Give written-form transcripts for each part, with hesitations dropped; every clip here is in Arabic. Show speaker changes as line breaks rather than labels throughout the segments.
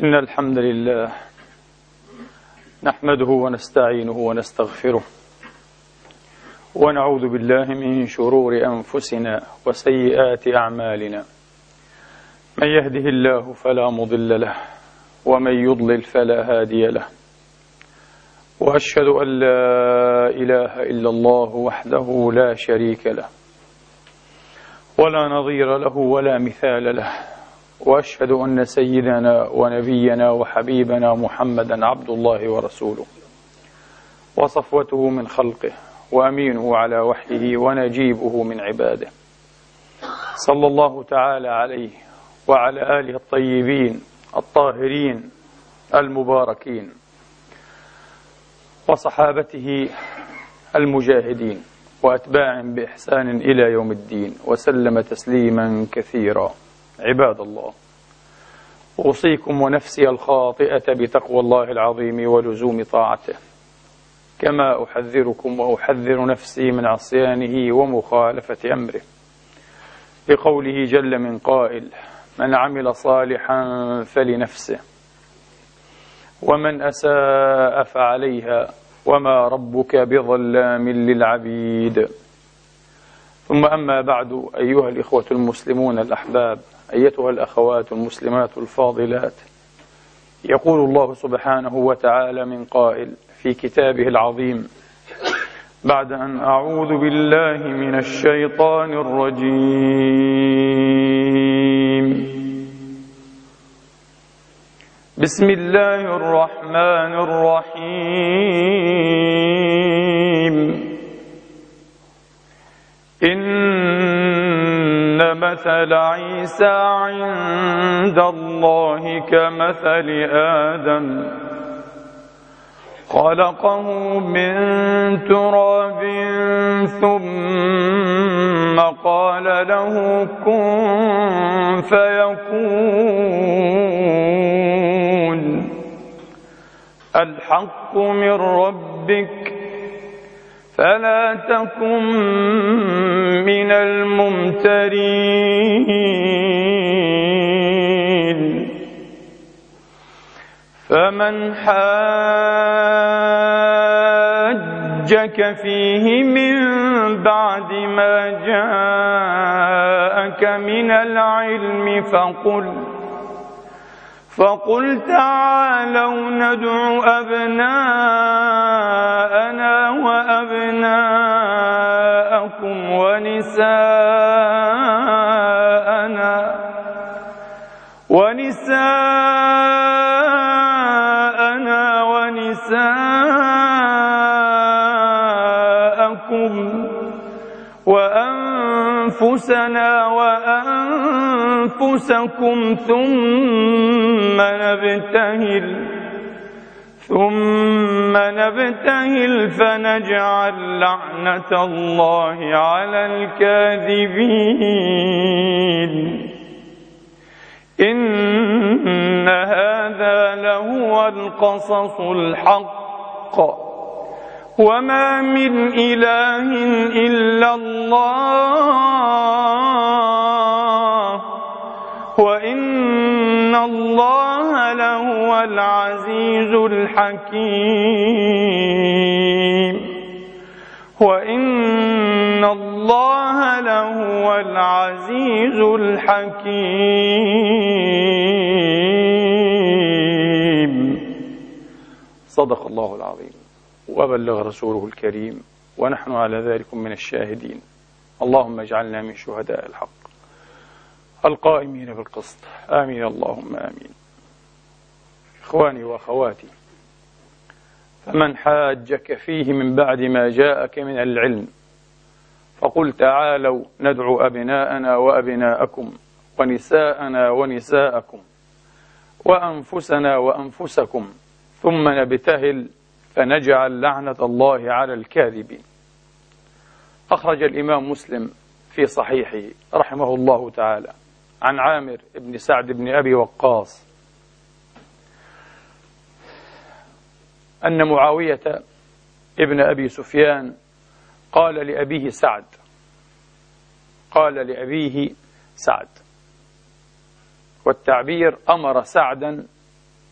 إن الحمد لله نحمده ونستعينه ونستغفره ونعوذ بالله من شرور أنفسنا وسيئات أعمالنا. من يهده الله فلا مضل له ومن يضلل فلا هادي له، وأشهد أن لا إله إلا الله وحده لا شريك له ولا نظير له ولا مثال له، وأشهد أن سيدنا ونبينا وحبيبنا محمدا عبد الله ورسوله وصفوته من خلقه وأمينه على وحيه ونجيبه من عباده، صلى الله تعالى عليه وعلى آله الطيبين الطاهرين المباركين وصحابته المجاهدين وأتباعهم بإحسان إلى يوم الدين، وسلم تسليما كثيرا. عباد الله، أوصيكم ونفسي الخاطئة بتقوى الله العظيم ولزوم طاعته، كما أحذركم وأحذر نفسي من عصيانه ومخالفة أمره، لقوله جل من قائل: من عمل صالحا فلنفسه ومن أساء فعليها وما ربك بظلام للعبيد. ثم أما بعد، أيها الإخوة المسلمون الأحباب، أيتها الأخوات المسلمات الفاضلات، يقول الله سبحانه وتعالى من قائل في كتابه العظيم بعد أن أعوذ بالله من الشيطان الرجيم: بسم الله الرحمن الرحيم. إن مثل عيسى عند الله كمثل آدم، خلقه من تراب ثم قال له كن فيكون. الحق من ربك فلا تكن من الممترين. فمن حاجك فيه من بعد ما جاءك من العلم فقل تعالوا ندع أبناءنا وأبناءكم ونساءنا ونساءكم وأنفسنا وأنفسكم ثم نبتهل فنجعل لعنة الله على الكاذبين. إن هذا لهو القصص الحق، وما من إله إلا الله، وإن الله لهو العزيز الحكيم. وإن الله لهو العزيز الحكيم. صدق الله العظيم وبلغ رسوله الكريم، ونحن على ذلك من الشاهدين. اللهم اجعلنا من شهداء الحق القائمين بالقسط، آمين اللهم آمين. إخواني وأخواتي، فمن حاجك فيه من بعد ما جاءك من العلم فقل تعالوا ندعو أبناءنا وأبناءكم ونساءنا ونساءكم وأنفسنا وأنفسكم ثم نبتهل فنجعل لعنة الله على الكاذبين. أخرج الإمام مسلم في صحيحه رحمه الله تعالى عن عامر بن سعد بن أبي وقاص أن معاوية ابن أبي سفيان قال لأبيه سعد، والتعبير أمر سعدا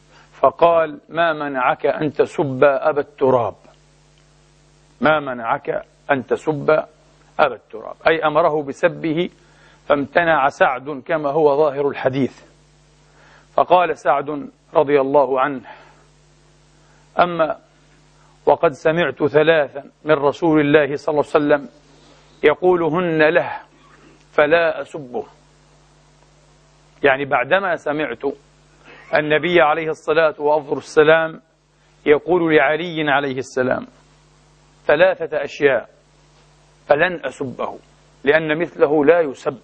فقال: ما منعك أن تسب أبا التراب؟ ما منعك أن تسب أبا التراب، أي أمره بسبه فامتنع سعد كما هو ظاهر الحديث. فقال سعد رضي الله عنه: أما وقد سمعت ثلاثا من رسول الله صلى الله عليه وسلم يقولهن له فلا أسبه. يعني بعدما سمعت النبي عليه الصلاة والسلام يقول لعلي عليه السلام ثلاثة أشياء فلن أسبه، لأن مثله لا يسب.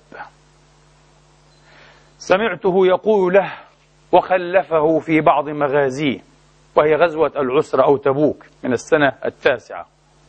سمعته يقول له وخلفه في بعض مغازيه، وهي غزوة العسرة أو تبوك من السنة 9،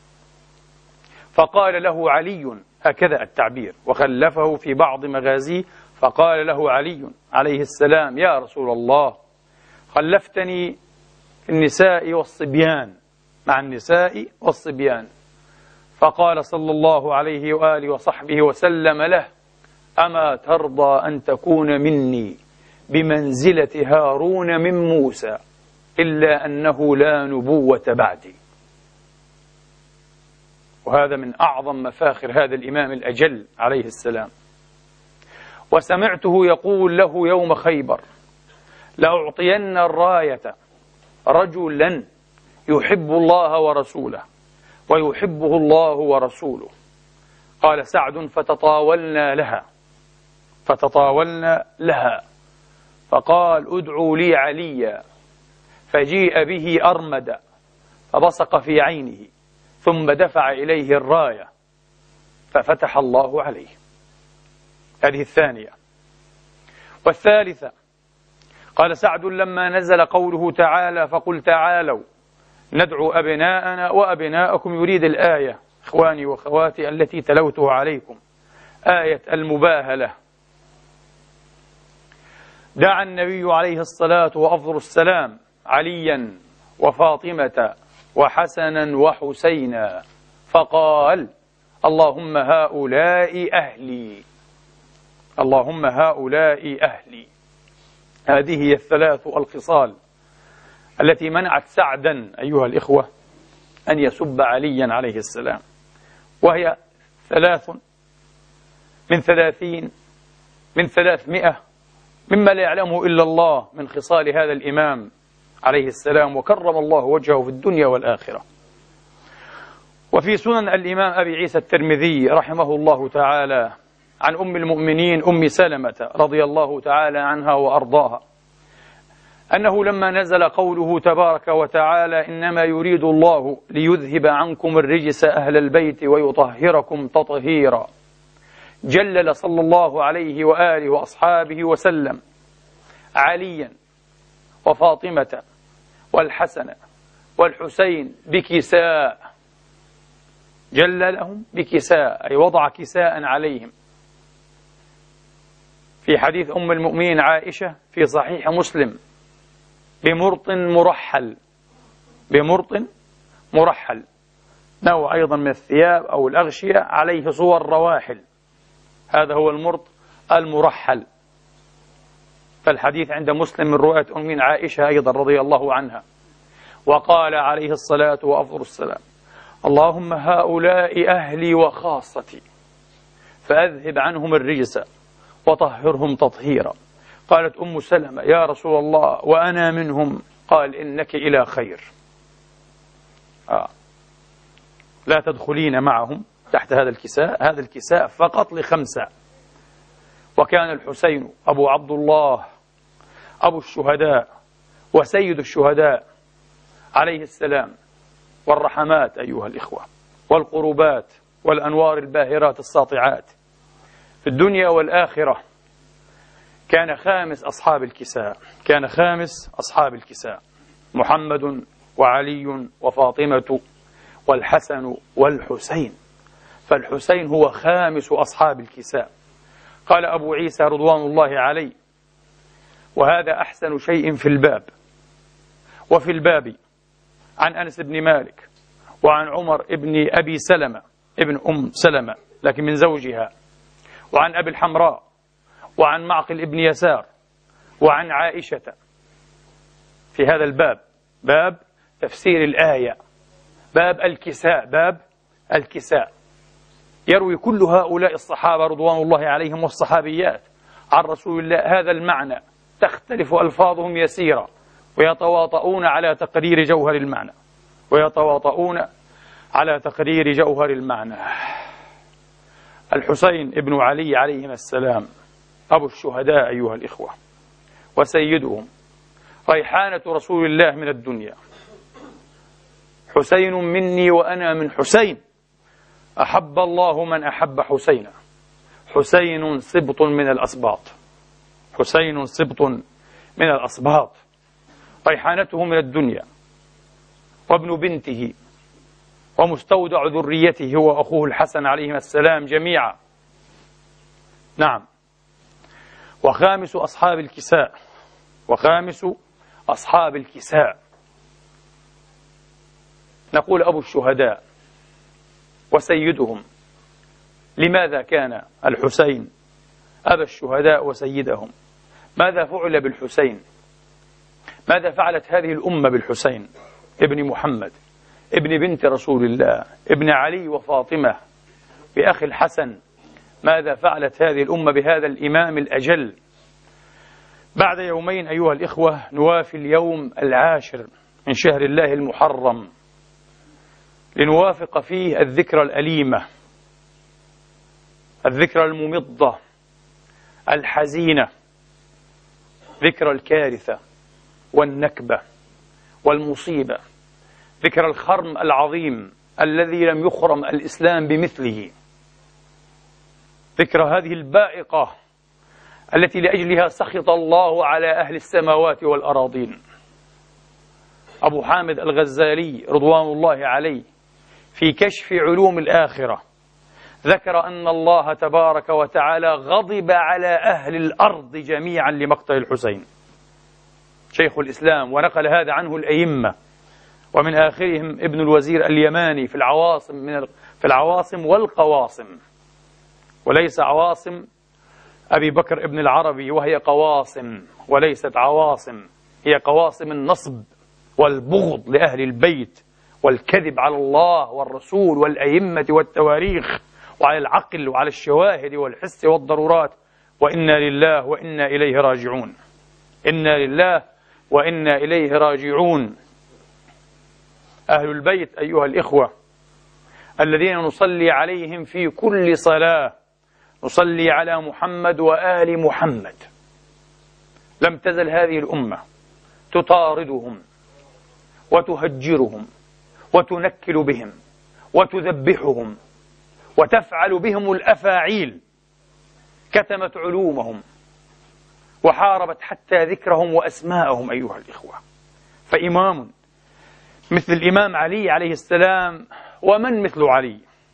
فقال له علي، هكذا التعبير، وخلفه في بعض مغازيه، فقال له علي عليه السلام: يا رسول الله، خلفتني في النساء والصبيان، مع النساء والصبيان. فقال صلى الله عليه وآله وصحبه وسلم له: أما ترضى أن تكون مني بمنزلة هارون من موسى، إلا أنه لا نبوة بعدي. وهذا من أعظم مفاخر هذا الإمام الأجل عليه السلام. وسمعته يقول له يوم خيبر: لأعطين الراية رجلا يحب الله ورسوله ويحبه الله ورسوله. قال سعد: فتطاولنا لها فقال: ادعوا لي عليا، فجيء به أرمد فبصق في عينه، ثم دفع إليه الراية ففتح الله عليه. هذه الثانية. والثالثة: قال سعد: لما نزل قوله تعالى: فقل تعالوا ندعو أبناءنا وأبناءكم، يريد الآية إخواني وأخواتي التي تلوتها عليكم، آية المباهلة. دعا النبي عليه الصلاة والسلام عليا وفاطمة وحسنا وحسينا، فقال: اللهم هؤلاء أهلي، اللهم هؤلاء أهلي. هذه هي الثلاث الخصال التي منعت سعدا أيها الإخوة أن يسب عليا عليه السلام، وهي 3 من 30 من 300 مما لا يعلمه إلا الله من خصال هذا الإمام عليه السلام، وكرم الله وجهه في الدنيا والآخرة. وفي سنن الإمام أبي عيسى الترمذي رحمه الله تعالى عن أم المؤمنين أم سلمة رضي الله تعالى عنها وأرضاها أنه لما نزل قوله تبارك وتعالى: إنما يريد الله ليذهب عنكم الرجس أهل البيت ويطهركم تطهيرا، جلل صلى الله عليه وآله وأصحابه وسلم عليا وفاطمة والحسن والحسين بكساء، جللهم بكساء، أي وضع كساء عليهم. في حديث أم المؤمنين عائشة في صحيح مسلم: بمرط مرحل، بمرط مرحل، نوع أيضا من الثياب أو الأغشية عليه صور رواحل، هذا هو المرط المرحل. فالحديث عند مسلم من رواية أم عائشة أيضا رضي الله عنها. وقال عليه الصلاة والسلام: اللهم هؤلاء أهلي وخاصتي فأذهب عنهم الرجس وطهرهم تطهيرا. قالت أم سلمة: يا رسول الله وأنا منهم؟ قال: إنك إلى خير، لا تدخلين معهم تحت هذا الكساء، هذا الكساء فقط ل5. وكان الحسين أبو عبد الله أبو الشهداء وسيد الشهداء عليه السلام، والرحمات أيها الإخوة، والقربات والأنوار الباهرات الساطعات في الدنيا والآخرة. كان خامس أصحاب الكساء، كان خامس أصحاب الكساء محمد وعلي وفاطمة والحسن والحسين، فالحسين هو خامس أصحاب الكساء. قال أبو عيسى رضوان الله عليه: وهذا أحسن شيء في الباب. وفي الباب عن أنس بن مالك وعن عمر ابن أبي سلمة ابن أم سلمة لكن من زوجها، وعن أبي الحمراء، وعن معقل ابن يسار، وعن عائشة في هذا الباب، باب تفسير الآية، باب الكساء، باب الكساء. يروي كل هؤلاء الصحابة رضوان الله عليهم والصحابيات عن رسول الله هذا المعنى، تختلف ألفاظهم يسيرا، ويتواطؤون على تقرير جوهر المعنى، ويتواطؤون على تقرير جوهر المعنى. الحسين ابن علي عليهما السلام أبو الشهداء أيها الإخوة، وسيدهم، ريحانة رسول الله من الدنيا. حسين مني وأنا من حسين، أحب الله من أحب حسينا. حسين سبط من الأسباط، حسين سبط من الأسباط، ريحانته من الدنيا، وابن بنته، ومستودع ذريته هو أخوه الحسن عليهما السلام جميعا. نعم. وخامس أصحاب الكساء، وخامس أصحاب الكساء نقول أبو الشهداء وسيدهم. لماذا كان الحسين أبا الشهداء وسيدهم؟ ماذا فعل بالحسين؟ ماذا فعلت هذه الأمة بالحسين ابن محمد ابن بنت رسول الله ابن علي وفاطمة بأخي الحسن؟ ماذا فعلت هذه الأمة بهذا الإمام الأجل؟ بعد يومين أيها الإخوة نوافي اليوم 10 من شهر الله المحرم، لنوافق فيه الذكرى الأليمة، الذكرى الممضة الحزينة، ذكرى الكارثة والنكبة والمصيبة، ذكرى الخرم العظيم الذي لم يخرم الإسلام بمثله، ذكرى هذه البائقة التي لأجلها سخط الله على أهل السماوات والأراضين. أبو حامد الغزالي رضوان الله عليه في كشف علوم الآخرة ذكر أن الله تبارك وتعالى غضب على أهل الأرض جميعا لمقتل الحسين، شيخ الإسلام، ونقل هذا عنه الأئمة، ومن آخرهم ابن الوزير اليماني في العواصم والقواصم، وليس عواصم أبي بكر ابن العربي وهي قواصم وليست عواصم، هي قواصم النصب والبغض لأهل البيت والكذب على الله والرسول والأئمة والتواريخ وعلى العقل وعلى الشواهد والحس والضرورات. وإنا لله وإنا إليه راجعون، إنا لله وإنا إليه راجعون. أهل البيت أيها الإخوة الذين نصلي عليهم في كل صلاة، نصلي على محمد وآل محمد، لم تزل هذه الأمة تطاردهم وتهجرهم وتنكل بهم وتذبحهم وتفعل بهم الأفاعيل، كتمت علومهم وحاربت حتى ذكرهم وأسماءهم أيها الإخوة. فإمام مثل الإمام علي عليه السلام، ومن مثل علي،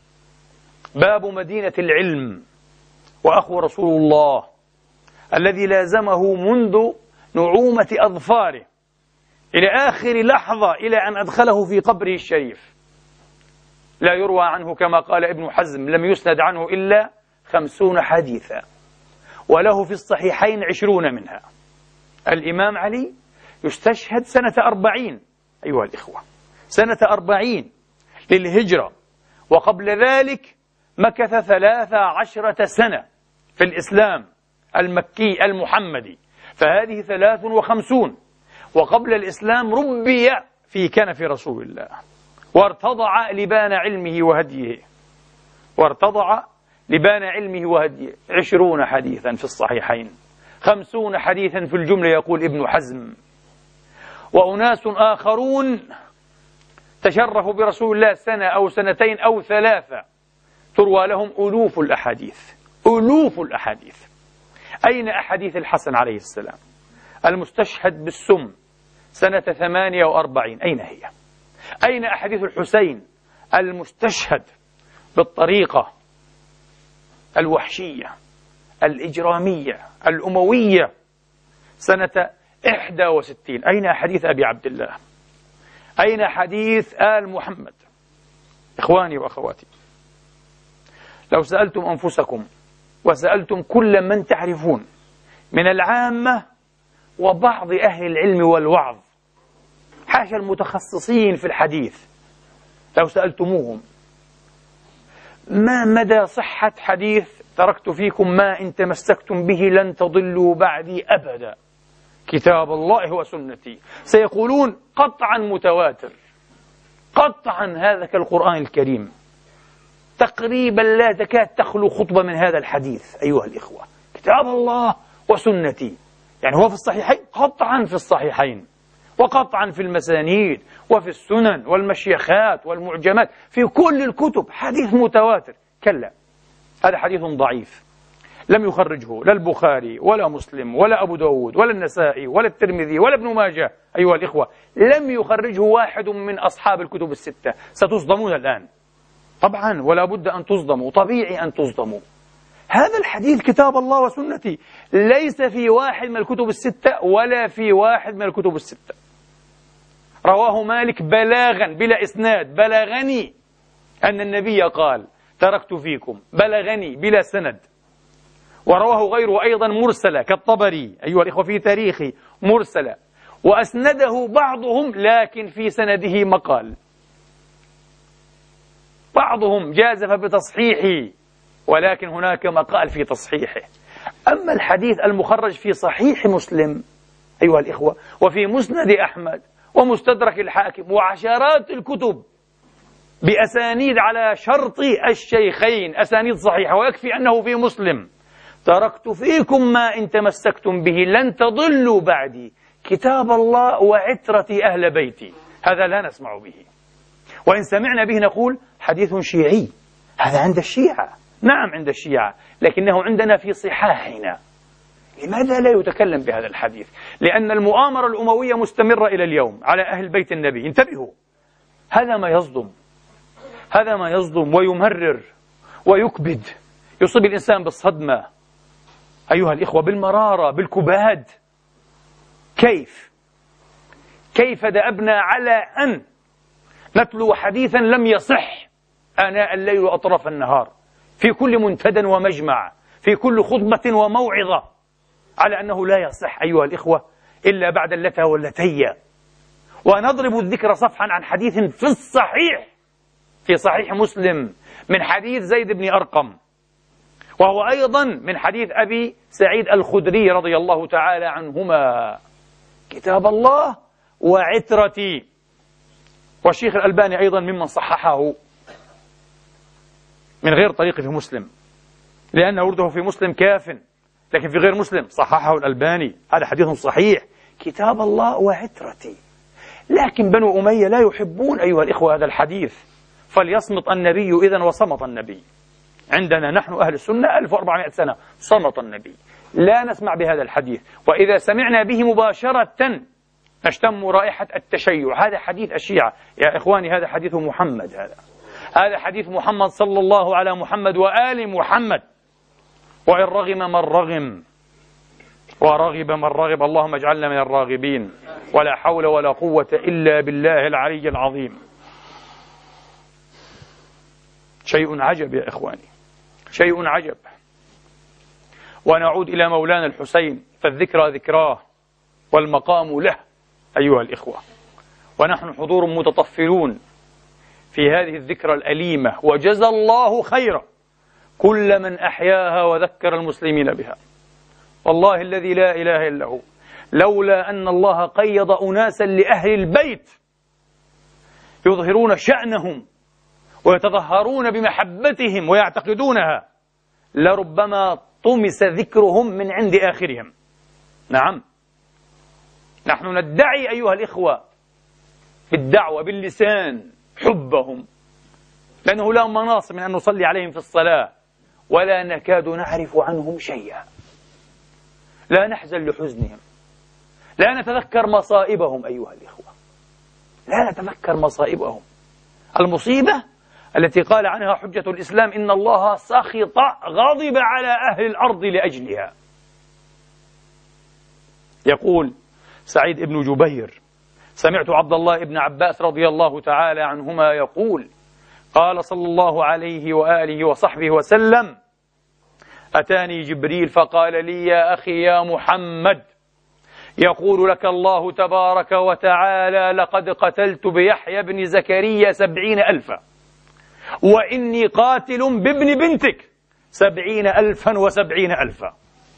باب مدينة العلم وأخو رسول الله الذي لازمه منذ نعومة أظفاره إلى آخر لحظة، إلى أن أدخله في قبره الشريف. لا يروى عنه كما قال ابن حزم، لم يسند عنه إلا 50 حديثا، وله في الصحيحين 20 منها. الإمام علي يستشهد سنة 40 أيها الإخوة، سنة 40 للهجرة، وقبل ذلك مكث 13 سنة في الإسلام المكي المحمدي، فهذه 53. وقبل الإسلام ربي في كنف رسول الله، وارتضع لبان علمه وهديه، وارتضع لبان علمه وهديه. 20 حديثا في الصحيحين، 50 حديثا في الجملة يقول ابن حزم. وأناس آخرون تشرفوا برسول الله سنة أو سنتين أو 3 تروى لهم ألوف الأحاديث، ألوف الأحاديث. أين أحاديث الحسن عليه السلام المستشهد بالسم سنة 48؟ أين هي؟ أين أحاديث الحسين المستشهد بالطريقة الوحشية الإجرامية الأموية سنة 61؟ أين حديث أبي عبد الله؟ أين حديث آل محمد؟ إخواني وأخواتي، لو سألتم أنفسكم وسألتم كل من تعرفون من العامة وبعض أهل العلم والوعظ حاشا المتخصصين في الحديث لو سألتموهم ما مدى صحة حديث تركت فيكم ما إن تمسكتم به لن تضلوا بعدي أبدا، كتاب الله وسنتي، سيقولون قطعا متواتر، قطعا هذا كالقرآن الكريم، تقريبا لا تكاد تخلو خطبة من هذا الحديث أيها الإخوة، كتاب الله وسنتي. يعني هو في الصحيحين، قطعا في الصحيحين، وقطعا في المسانيد وفي السنن والمشيخات والمعجمات، في كل الكتب حديث متواتر. كلا، هذا حديث ضعيف لم يخرجه لا البخاري ولا مسلم ولا أبو داود ولا النسائي ولا الترمذي ولا ابن ماجه أيها الإخوة، لم يخرجه واحد من أصحاب الكتب الستة. ستصدمون الآن طبعا، ولا بد أن تصدموا، طبيعي أن تصدموا. هذا الحديث كتاب الله وسنتي ليس في واحد من الكتب الستة ولا في واحد من الكتب الستة. رواه مالك بلاغا بلا إسناد، بلغني أن النبي قال تركت فيكم، بلغني بلا سند. ورواه غيره أيضا مرسلة كالطبري أيها الإخوة في تاريخه مرسلة، وأسنده بعضهم لكن في سنده مقال، بعضهم جازف بتصحيحه ولكن هناك مقال في تصحيحه. أما الحديث المخرج في صحيح مسلم أيها الإخوة وفي مسند أحمد ومستدرك الحاكم وعشرات الكتب بأسانيد على شرط الشيخين، أسانيد صحيحة، ويكفي أنه في مسلم تركت فيكم ما إن تمسكتم به لن تضلوا بعدي، كتاب الله وعترتي أهل بيتي. هذا لا نسمع به، وإن سمعنا به نقول حديث شيعي. هذا عند الشيعة، نعم عند الشيعة، لكنه عندنا في صحاحنا. لماذا لا يتكلم بهذا الحديث؟ لأن المؤامرة الأموية مستمرة إلى اليوم على أهل بيت النبي. انتبهوا، هذا ما يصدم، هذا ما يصدم ويمرر ويكبد، يصيب الإنسان بالصدمة أيها الإخوة، بالمرارة، بالكباد. كيف دأبنا على أن نتلو حديثا لم يصح آناء الليل وأطراف النهار في كل منتدى ومجمع، في كل خطبة وموعظة، على أنه لا يصح أيها الإخوة إلا بعد اللتى واللتي. ونضرب الذكر صفحا عن حديث في الصحيح، في صحيح مسلم، من حديث زيد بن أرقم، وهو أيضا من حديث أبي سعيد الخدري رضي الله تعالى عنهما، كتاب الله وعترتي. والشيخ الألباني أيضا ممن صححه من غير طريق في مسلم، لأن ورده في مسلم كاف، لكن في غير مسلم صححه الألباني. هذا حديث صحيح، كتاب الله وعترتي. لكن بنو أمية لا يحبون أيها الإخوة هذا الحديث، فليصمت النبي إذن وصمت النبي. عندنا نحن أهل السنة 1400 سنة صمت النبي، لا نسمع بهذا الحديث، وإذا سمعنا به مباشرة نشتم رائحة التشيع. هذا حديث الشيعة يا إخواني، هذا حديث محمد، هذا حديث محمد صلى الله على محمد وآل محمد. وإن رغم من رغم ورغب من رغب، اللهم اجعلنا من الراغبين، ولا حول ولا قوة إلا بالله العلي العظيم. شيء عجب يا إخواني، شيء عجب. ونعود إلى مولانا الحسين، فالذكرى ذكراه والمقام له أيها الإخوة، ونحن حضور متطفلون في هذه الذكرى الأليمة، وجزى الله خيرا كل من أحياها وذكر المسلمين بها. والله الذي لا إله إلا هو، لولا أن الله قيض أناسا لأهل البيت يظهرون شأنهم ويتظاهرون بمحبتهم ويعتقدونها، لربما طمس ذكرهم من عند آخرهم. نعم، نحن ندعي أيها الإخوة بالدعوة باللسان حبهم، لأنه لا مناص من أن نصلي عليهم في الصلاة، ولا نكاد نعرف عنهم شيئا، لا نحزن لحزنهم، لا نتذكر مصائبهم أيها الإخوة، لا نتذكر مصائبهم. المصيبة التي قال عنها حجة الإسلام إن الله سخط غضب على أهل الأرض لأجلها. يقول سعيد بن جبير: سمعت عبد الله بن عباس رضي الله تعالى عنهما يقول: قال صلى الله عليه وآله وصحبه وسلم: أتاني جبريل فقال لي يا أخي يا محمد يقول لك الله تبارك وتعالى: لقد قتلت بيحيى بن زكريا 70,000، وإني قاتل بابن بنتك 70,000 و70,000.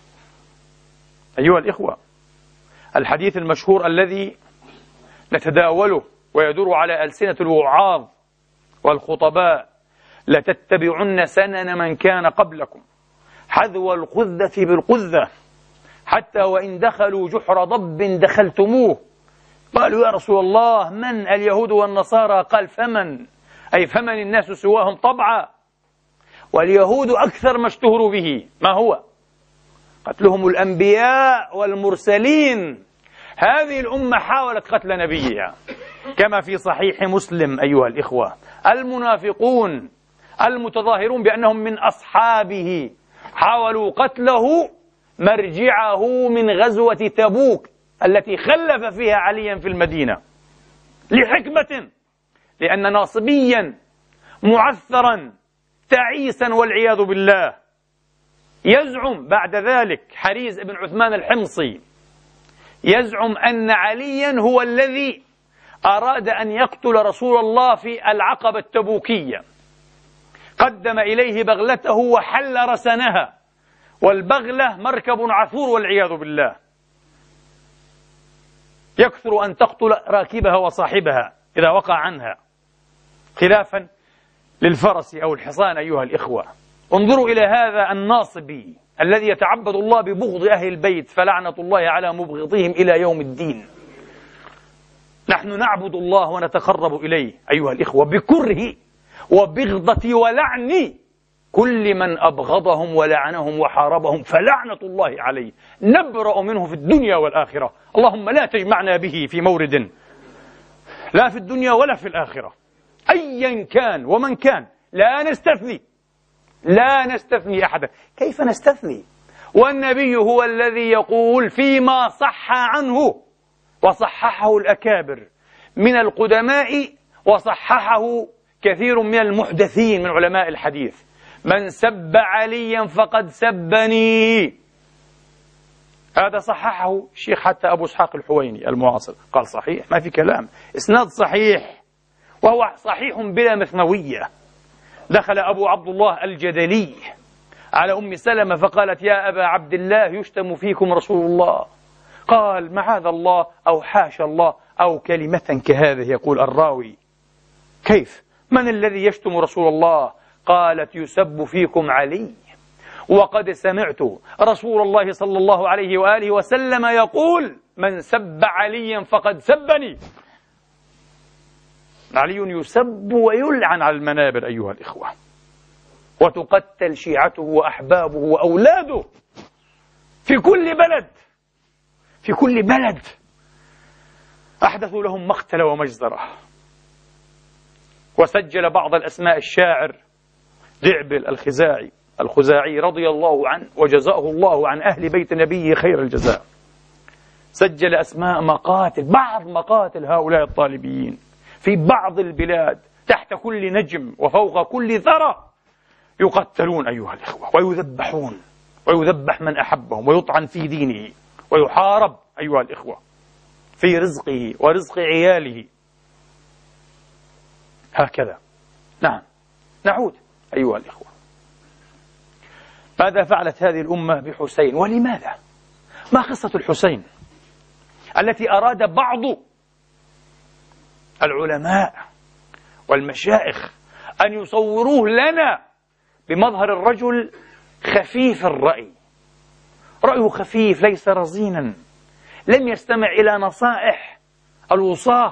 أيها الإخوة، الحديث المشهور الذي نتداوله ويدور على ألسنة الوعاظ والخطباء: لتتبعن سنن من كان قبلكم حذو القذة بالقذة، حتى وإن دخلوا جحر ضب دخلتموه. قالوا: يا رسول الله، من اليهود والنصارى؟ قال: فمن، أي فمن الناس سواهم طبعا. واليهود أكثر ما اشتهروا به ما هو؟ قتلهم الأنبياء والمرسلين. هذه الأمة حاولت قتل نبيها، كما في صحيح مسلم أيها الإخوة: المنافقون المتظاهرون بأنهم من أصحابه حاولوا قتله مرجعه من غزوة تبوك التي خلف فيها عليا في المدينة، لحكمة، لأن ناصبيا معثرا تعيسا والعياذ بالله يزعم بعد ذلك حريز بن عثمان الحمصي، يزعم أن عليا هو الذي أراد أن يقتل رسول الله في العقبة التبوكية. قدم إليه بغلته وحل رسنها، والبغلة مركب عثور والعياذ بالله، يكثر أن تقتل راكبها وصاحبها إذا وقع عنها، خلافا للفرس أو الحصان. أيها الإخوة، انظروا إلى هذا الناصبي الذي يتعبد الله ببغض أهل البيت، فلعنة الله على مبغضهم إلى يوم الدين. نحن نعبد الله ونتقرب إليه أيها الإخوة بكره وبغضة ولعن كل من أبغضهم ولعنهم وحاربهم، فلعنة الله عليه، نبرأ منه في الدنيا والآخرة. اللهم لا تجمعنا به في مورد، لا في الدنيا ولا في الآخرة، أيا كان ومن كان، لا نستثني أحدا. كيف نستثني والنبي هو الذي يقول فيما صح عنه، وصححه الأكابر من القدماء، وصححه كثير من المحدثين من علماء الحديث: من سب عليا فقد سبني. هذا صححه الشيخ حتى أبو إسحاق الحويني المعاصر، قال صحيح، ما في كلام، إسناد صحيح، وهو صحيح بلا مثنوية. دخل أبو عبد الله الجدلي على أم سلمة فقالت: يا أبا عبد الله، يشتم فيكم رسول الله. قال: معاذ الله أو حاشا الله أو كلمة كهذه. يقول الراوي: كيف؟ من الذي يشتم رسول الله؟ قالت: يسب فيكم علي، وقد سمعت رسول الله صلى الله عليه وآله وسلم يقول: من سب عليا فقد سبني. علي يسب ويلعن على المنابر أيها الإخوة، وتقتل شيعته وأحبابه وأولاده في كل بلد أحدثوا لهم مقتل ومجزرة. وسجل بعض الأسماء الشاعر دعبل الخزاعي رضي الله عنه وجزاه الله عن أهل بيت نبيه خير الجزاء، سجل أسماء بعض مقاتل هؤلاء الطالبيين في بعض البلاد، تحت كل نجم وفوق كل ثرى يقتلون أيها الإخوة، ويذبحون، ويذبح من أحبهم، ويطعن في دينه، ويحارب أيها الإخوة في رزقه ورزق عياله. هكذا. نعم، نعود أيها الإخوة. ماذا فعلت هذه الأمة بحسين؟ ولماذا؟ ما قصة الحسين التي أراد بعض العلماء والمشائخ أن يصوروه لنا بمظهر الرجل خفيف الرأي، رأيه خفيف ليس رزينا، لم يستمع إلى نصائح الوصاة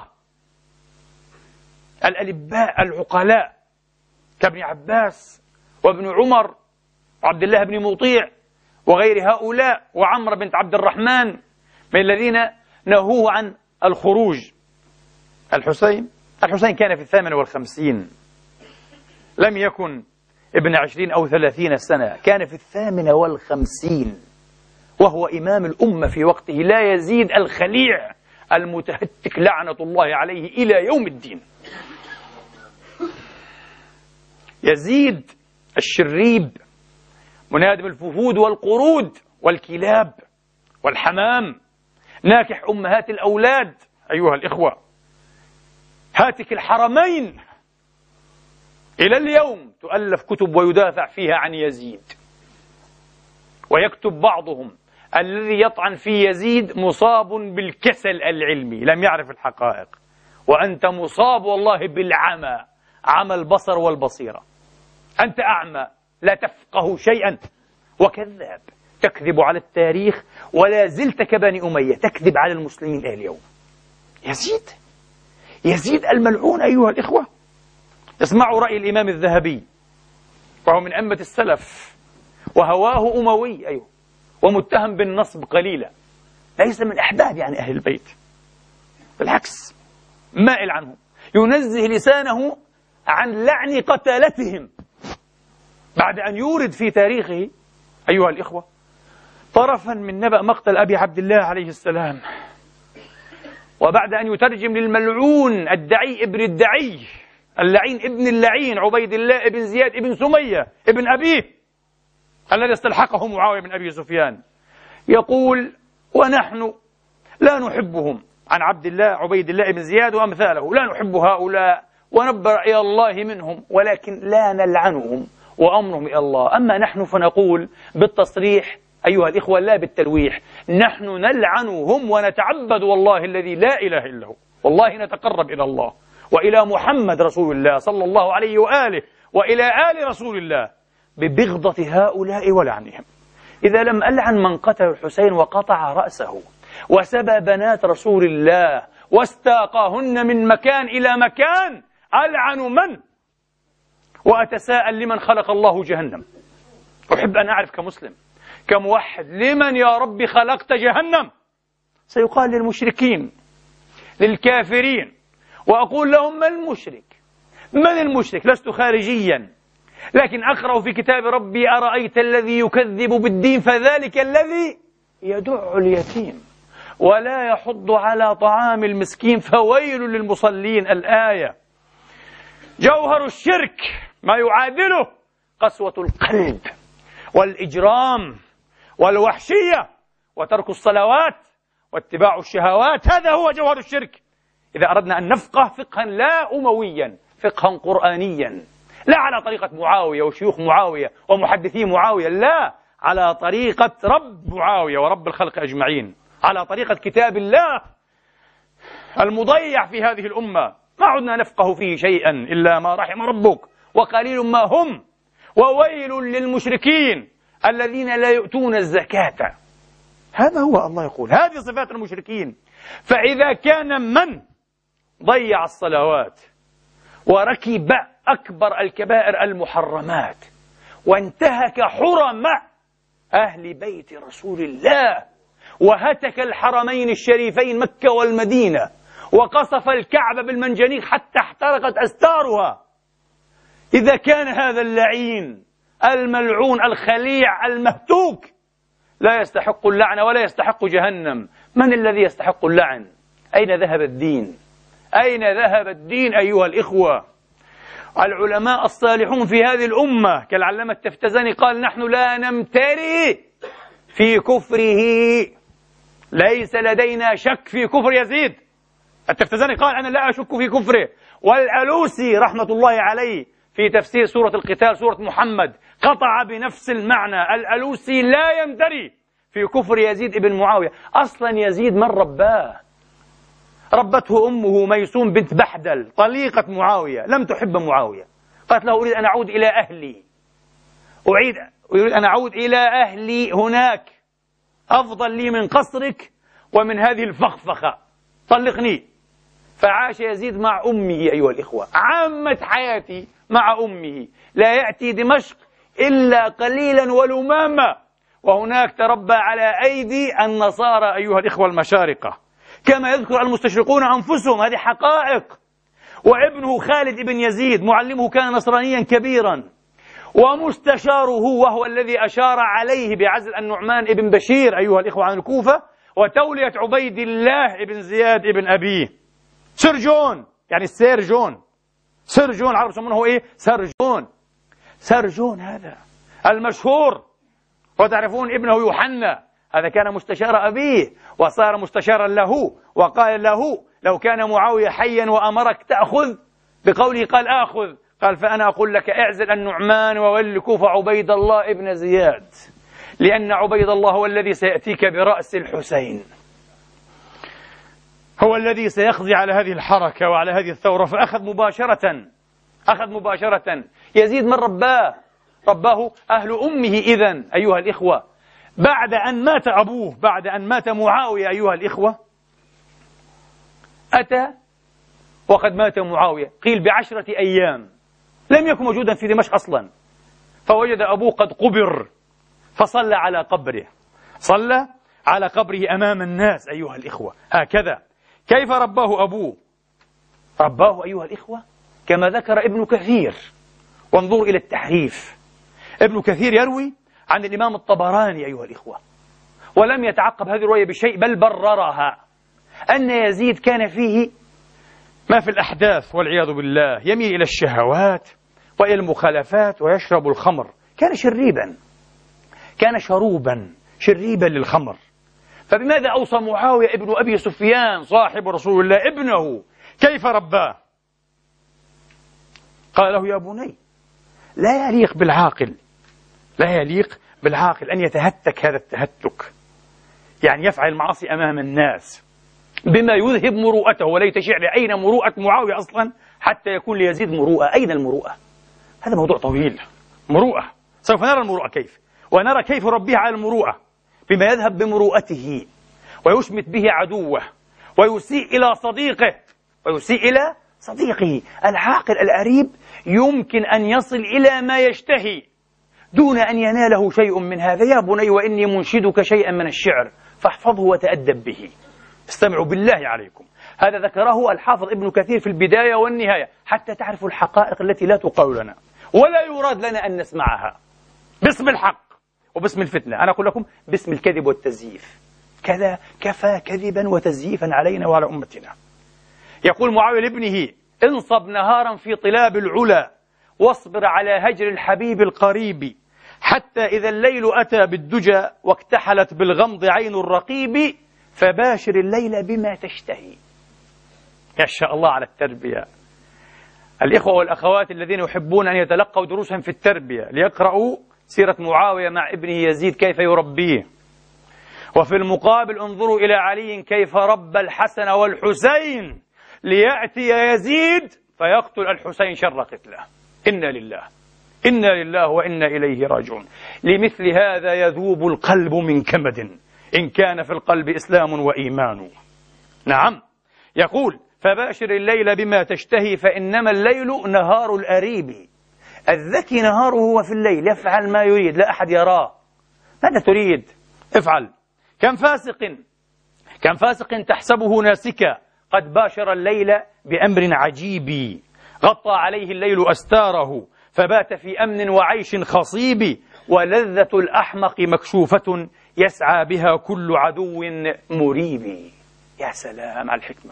الألباء العقلاء كابن عباس وابن عمر وعبد الله بن مطيع وغير هؤلاء، وعمر بنت عبد الرحمن، من الذين نهوه عن الخروج. الحسين كان في 58، لم يكن ابن 20 أو 30 سنة، كان في 58 وهو إمام الأمة في وقته، لا يزيد الخليع المتهتك لعنة الله عليه إلى يوم الدين، يزيد الشريب منادم الفهود والقرود والكلاب والحمام، ناكح أمهات الأولاد أيها الإخوة، هاتك الحرمين. إلى اليوم تؤلف كتب ويدافع فيها عن يزيد، ويكتب بعضهم الذي يطعن في يزيد مصاب بالكسل العلمي، لم يعرف الحقائق، وأنت مصاب والله بالعمى، عمى البصر والبصيرة. أنت أعمى لا تفقه شيئا وكذاب، تكذب على التاريخ ولا زلت كبني أمية تكذب على المسلمين إلى اليوم. يزيد الملعون أيها الإخوة. اسمعوا رأي الإمام الذهبي، وهو من أئمة السلف، وهواه أموي أيوه، ومتهم بالنصب قليلا، ليس من أحباب يعني أهل البيت، بالعكس مائل عنهم، ينزه لسانه عن لعن قتالتهم، بعد أن يورد في تاريخه أيها الإخوة طرفا من نبأ مقتل أبي عبد الله عليه السلام، وبعد أن يترجم للملعون الدعي ابن الدعي اللعين ابن اللعين عبيد الله ابن زياد ابن سمية ابن أبيه الذي استلحقه معاوية بن أبي سفيان، يقول: ونحن لا نحبهم، عن عبد الله عبيد الله ابن زياد وأمثاله، لا نحب هؤلاء ونبرأ إلى الله منهم، ولكن لا نلعنهم وأمرهم إلى الله. أما نحن فنقول بالتصريح أيها الإخوة لا بالتلويح، نحن نلعنهم ونتعبد والله الذي لا إله إلا هو، والله نتقرب إلى الله وإلى محمد رسول الله صلى الله عليه وآله وإلى آل رسول الله ببغضة هؤلاء ولعنهم. إذا لم ألعن من قتل الحسين وقطع رأسه وسبى بنات رسول الله واستاقاهن من مكان إلى مكان، ألعن من؟ وأتساءل لمن خلق الله جهنم. أحب أن أعرف كمسلم كموحد لمن يا رب خلقت جهنم؟ سيقال للمشركين للكافرين، وأقول لهم: ما المشرك؟ من المشرك؟ لست خارجيا، لكن أقرأ في كتاب ربي: أرأيت الذي يكذب بالدين فذلك الذي يدع اليتيم ولا يحض على طعام المسكين فويل للمصلين. الآية. جوهر الشرك ما يعادله قسوة القلب والإجرام والوحشية وترك الصلوات واتباع الشهوات، هذا هو جوهر الشرك. إذا أردنا أن نفقه فقها لا أمويا، فقها قرآنيا، لا على طريقة معاوية وشيوخ معاوية ومحدثي معاوية، لا، على طريقة رب معاوية ورب الخلق أجمعين، على طريقة كتاب الله المضيع في هذه الأمة، ما عدنا نفقه فيه شيئا إلا ما رحم ربك وقليل ما هم، وويل للمشركين الذين لا يؤتون الزكاة. هذا هو الله يقول، هذه صفات المشركين. فإذا كان من ضيع الصلوات وركب أكبر الكبائر المحرمات وانتهك حرم أهل بيت رسول الله وهتك الحرمين الشريفين مكة والمدينة وقصف الكعبة بالمنجنيق حتى احترقت أستارها، إذا كان هذا اللعين الملعون الخليع المهتوك لا يستحق اللعنة ولا يستحق جهنم، من الذي يستحق اللعن؟ أين ذهب الدين؟ أين ذهب الدين أيها الإخوة؟ العلماء الصالحون في هذه الأمة كالعلامة التفتزاني قال: نحن لا نمتري في كفره، ليس لدينا شك في كفر يزيد. التفتزاني قال: أنا لا أشك في كفره. والألوسي رحمة الله عليه في تفسير سورة القتال سورة محمد قطع بنفس المعنى، الألوسي لا يمتري في كفر يزيد ابن معاوية. أصلا يزيد من رباه؟ ربته أمه ميسوم بنت بحدل طليقة معاوية، لم تحب معاوية، قالت له: أريد أن أعود إلى أهلي، أريد أن أعود إلى أهلي هناك، أفضل لي من قصرك ومن هذه الفخفخة، طلقني. فعاش يزيد مع أمه أيها الإخوة، عامة حياتي مع أمه، لا يأتي دمشق إلا قليلا ولماما، وهناك تربى على أيدي النصارى أيها الإخوة المشارقة، كما يذكر المستشرقون أنفسهم، هذه حقائق. وابنه خالد بن يزيد معلمه كان نصرانيا كبيرا، ومستشاره وهو الذي أشار عليه بعزل النعمان بن بشير أيها الإخوة عن الكوفة وتولية عبيد الله بن زياد بن أبيه، سير جون، يعني السير جون، سير جون العرب يسمونه إيه؟ سير جون، سير جون هذا المشهور. وتعرفون ابنه يوحنا هذا كان مستشار أبيه وصار مستشارا له، وقال له لو كان معاوية حيا وأمرك تأخذ بقوله قال آخذ، قال فأنا أقول لك اعزل النعمان وولي الكوفة عبيد الله ابن زياد، لأن عبيد الله هو الذي سيأتيك برأس الحسين، هو الذي سيقضي على هذه الحركة وعلى هذه الثورة. فأخذ مباشرة. يزيد من رباه أهل أمه. إذن أيها الإخوة، بعد أن مات أبوه، بعد أن مات معاوية أيها الإخوة، أتى وقد مات معاوية قيل ب10 أيام، لم يكن موجودا في دمشق أصلا، فوجد أبوه قد قبر، فصلى على قبره، صلى على قبره أمام الناس أيها الإخوة. هكذا كيف رباه أبوه؟ رباه أيها الإخوة كما ذكر ابن كثير، وانظروا إلى التحريف. ابن كثير يروي عن الإمام الطبراني أيها الإخوة، ولم يتعقب هذه الرواية بشيء بل بررها، أن يزيد كان فيه ما في الأحداث والعياذ بالله، يميل إلى الشهوات وإلى المخالفات ويشرب الخمر، كان شريبا، كان شريبا للخمر. فبماذا أوصى معاوية ابن أبي سفيان صاحب رسول الله ابنه؟ كيف رباه؟ قال له يا بني لا يليق بالعاقل أن يتهتك هذا التهتك، يعني يفعل المعاصي أمام الناس بما يذهب مروءته. وليت شعري أين مروءة معاوية أصلا حتى يكون ليزيد مروءة؟ أين المروءة؟ هذا موضوع طويل. مروءة سوف نرى المروءة كيف، ونرى كيف يربيها على المروءة بما يذهب بمروءته ويشمت به عدوه ويسيء إلى صديقه. العاقل الأريب يمكن أن يصل إلى ما يشتهي دون أن يناله شيء من هذا. يا بني وإني منشدك شيئا من الشعر فاحفظه وتأدب به. استمعوا بالله عليكم، هذا ذكره الحافظ ابن كثير في البداية والنهاية حتى تعرفوا الحقائق التي لا تقال لنا ولا يراد لنا أن نسمعها باسم الحق وباسم الفتنة. أنا أقول لكم باسم الكذب والتزييف. كذا كفى كذبا وتزييفا علينا وعلى أمتنا. يقول معاوية لابنه انصب نهارا في طلاب العلا واصبر على هجر الحبيب القريب، حتى إذا الليل أتى بالدجى واكتحلت بالغمض عين الرقيب، فباشر الليل بما تشتهي. يا شاء الله على التربية. الإخوة والأخوات الذين يحبون أن يتلقوا دروسا في التربية ليقرأوا سيرة معاوية مع ابنه يزيد كيف يربيه، وفي المقابل انظروا إلى علي كيف ربى الحسن والحسين، ليأتي يزيد فيقتل الحسين شر قتله. إنا لله وإنا إليه راجعون. لمثل هذا يذوب القلب من كمد إن كان في القلب إسلام وإيمان. نعم، يقول فباشر الليل بما تشتهي فإنما الليل نهار الأريب. الذكي نهاره هو في الليل، يفعل ما يريد لا أحد يراه. ماذا تريد؟ افعل. كم فاسق تحسبه ناسكا قد باشر الليل بأمر عجيب، غطى عليه الليل أستاره فبات في أمن وعيش خصيب، ولذة الأحمق مكشوفة يسعى بها كل عدو مريب. يا سلام على الحكمة،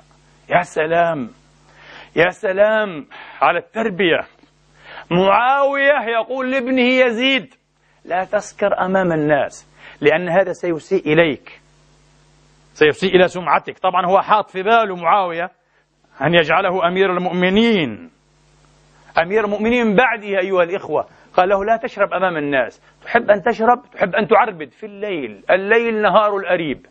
يا سلام على التربية. معاوية يقول لابنه يزيد لا تسكر أمام الناس، لأن هذا سيسيء إليك، سيسيء إلى سمعتك. طبعا هو حاط في باله معاوية أن يجعله أمير المؤمنين من بعده أيها الإخوة. قال له لا تشرب أمام الناس، تحب أن تشرب، تحب أن تعربد في الليل نهار الأريب.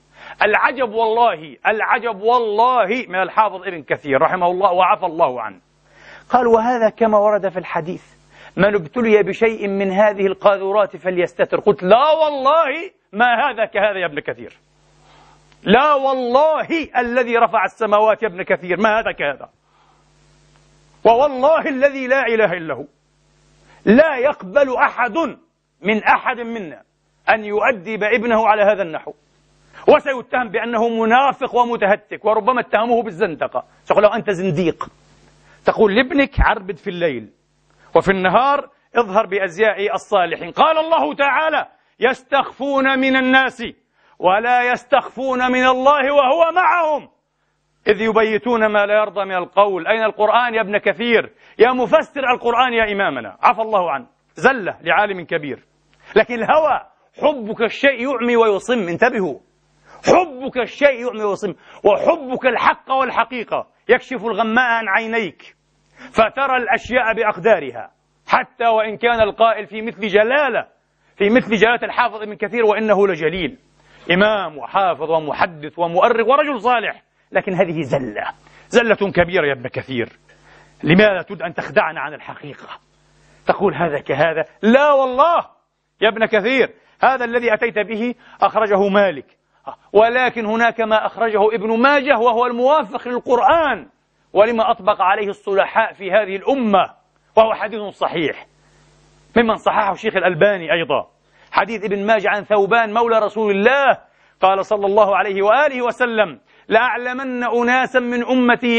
العجب والله من الحافظ ابن كثير رحمه الله وعفى الله عنه. قال وهذا كما ورد في الحديث من ابتلي بشيء من هذه القاذورات فليستتر. قلت لا والله ما هذا كهذا يا ابن كثير، لا والله الذي رفع السماوات يا ابن كثير ما هذا كهذا، ووالله الذي لا إله إلا هو لا يقبل أحد من أحد منا أن يؤدب ابنه على هذا النحو، وسيتهم بأنه منافق ومتهتك، وربما اتهموه بالزندقة. تقول له أنت زنديق. تقول لابنك عربد في الليل وفي النهار اظهر بأزياء الصالحين. قال الله تعالى يستخفون من الناس ولا يستخفون من الله وهو معهم إذ يبيتون ما لا يرضى من القول. أين القرآن يا ابن كثير؟ يا مفسر القرآن يا إمامنا عفى الله عنه، زلة لعالم كبير. لكن الهوى
حبك الشيء يعمي ويصم، انتبهوا، حبك الشيء يعمي ويصم، وحبك الحق والحقيقة يكشف الغماء عن عينيك فترى الأشياء بأقدارها، حتى وإن كان القائل في مثل جلالة الحافظ ابن كثير وإنه لجليل، إمام وحافظ ومحدث ومؤرخ ورجل صالح، لكن هذه زلة كبيرة يا ابن كثير. لماذا تريد أن تخدعنا عن الحقيقة؟ تقول هذا كهذا؟ لا والله يا ابن كثير، هذا الذي أتيت به أخرجه مالك، ولكن هناك ما أخرجه ابن ماجه وهو الموافق للقرآن ولما أطبق عليه الصلحاء في هذه الأمة، وهو حديث صحيح ممن صححه الشيخ الألباني أيضا، حديث ابن ماجه عن ثوبان مولى رسول الله قال صلى الله عليه وآله وسلم: لأعلمن أناسا من أمتي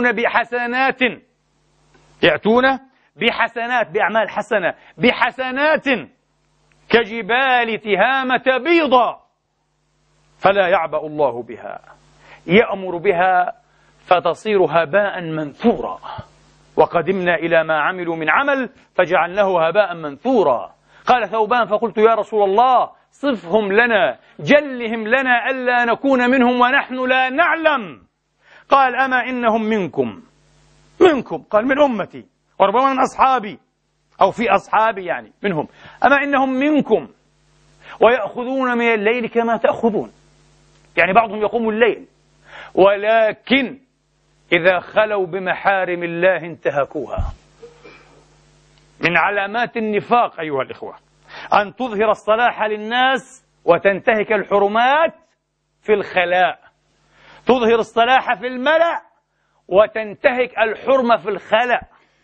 يأتون بحسنات بأعمال حسنة، بحسنات كجبال تهامة بيضا فلا يعبأ الله بها، يأمر بها فتصير هباء منثورا، وقدمنا إلى ما عملوا من عمل فجعلناه هباء منثورا. قال ثوبان: فقلت يا رسول الله صفهم لنا، جلهم لنا ألا نكون منهم ونحن لا نعلم. قال: أما إنهم منكم. قال: من أمتي، وربما من أصحابي أو في أصحابي يعني منهم. أما إنهم منكم ويأخذون من الليل كما تأخذون، يعني بعضهم يقوم الليل، ولكن إذا خلوا بمحارم الله انتهكوها. من علامات النفاق أيها الإخوة أن تظهر الصلاح للناس وتنتهك الحرمات في الخلاء، تظهر الصلاح في الملأ وتنتهك الحرمة في الخلاء.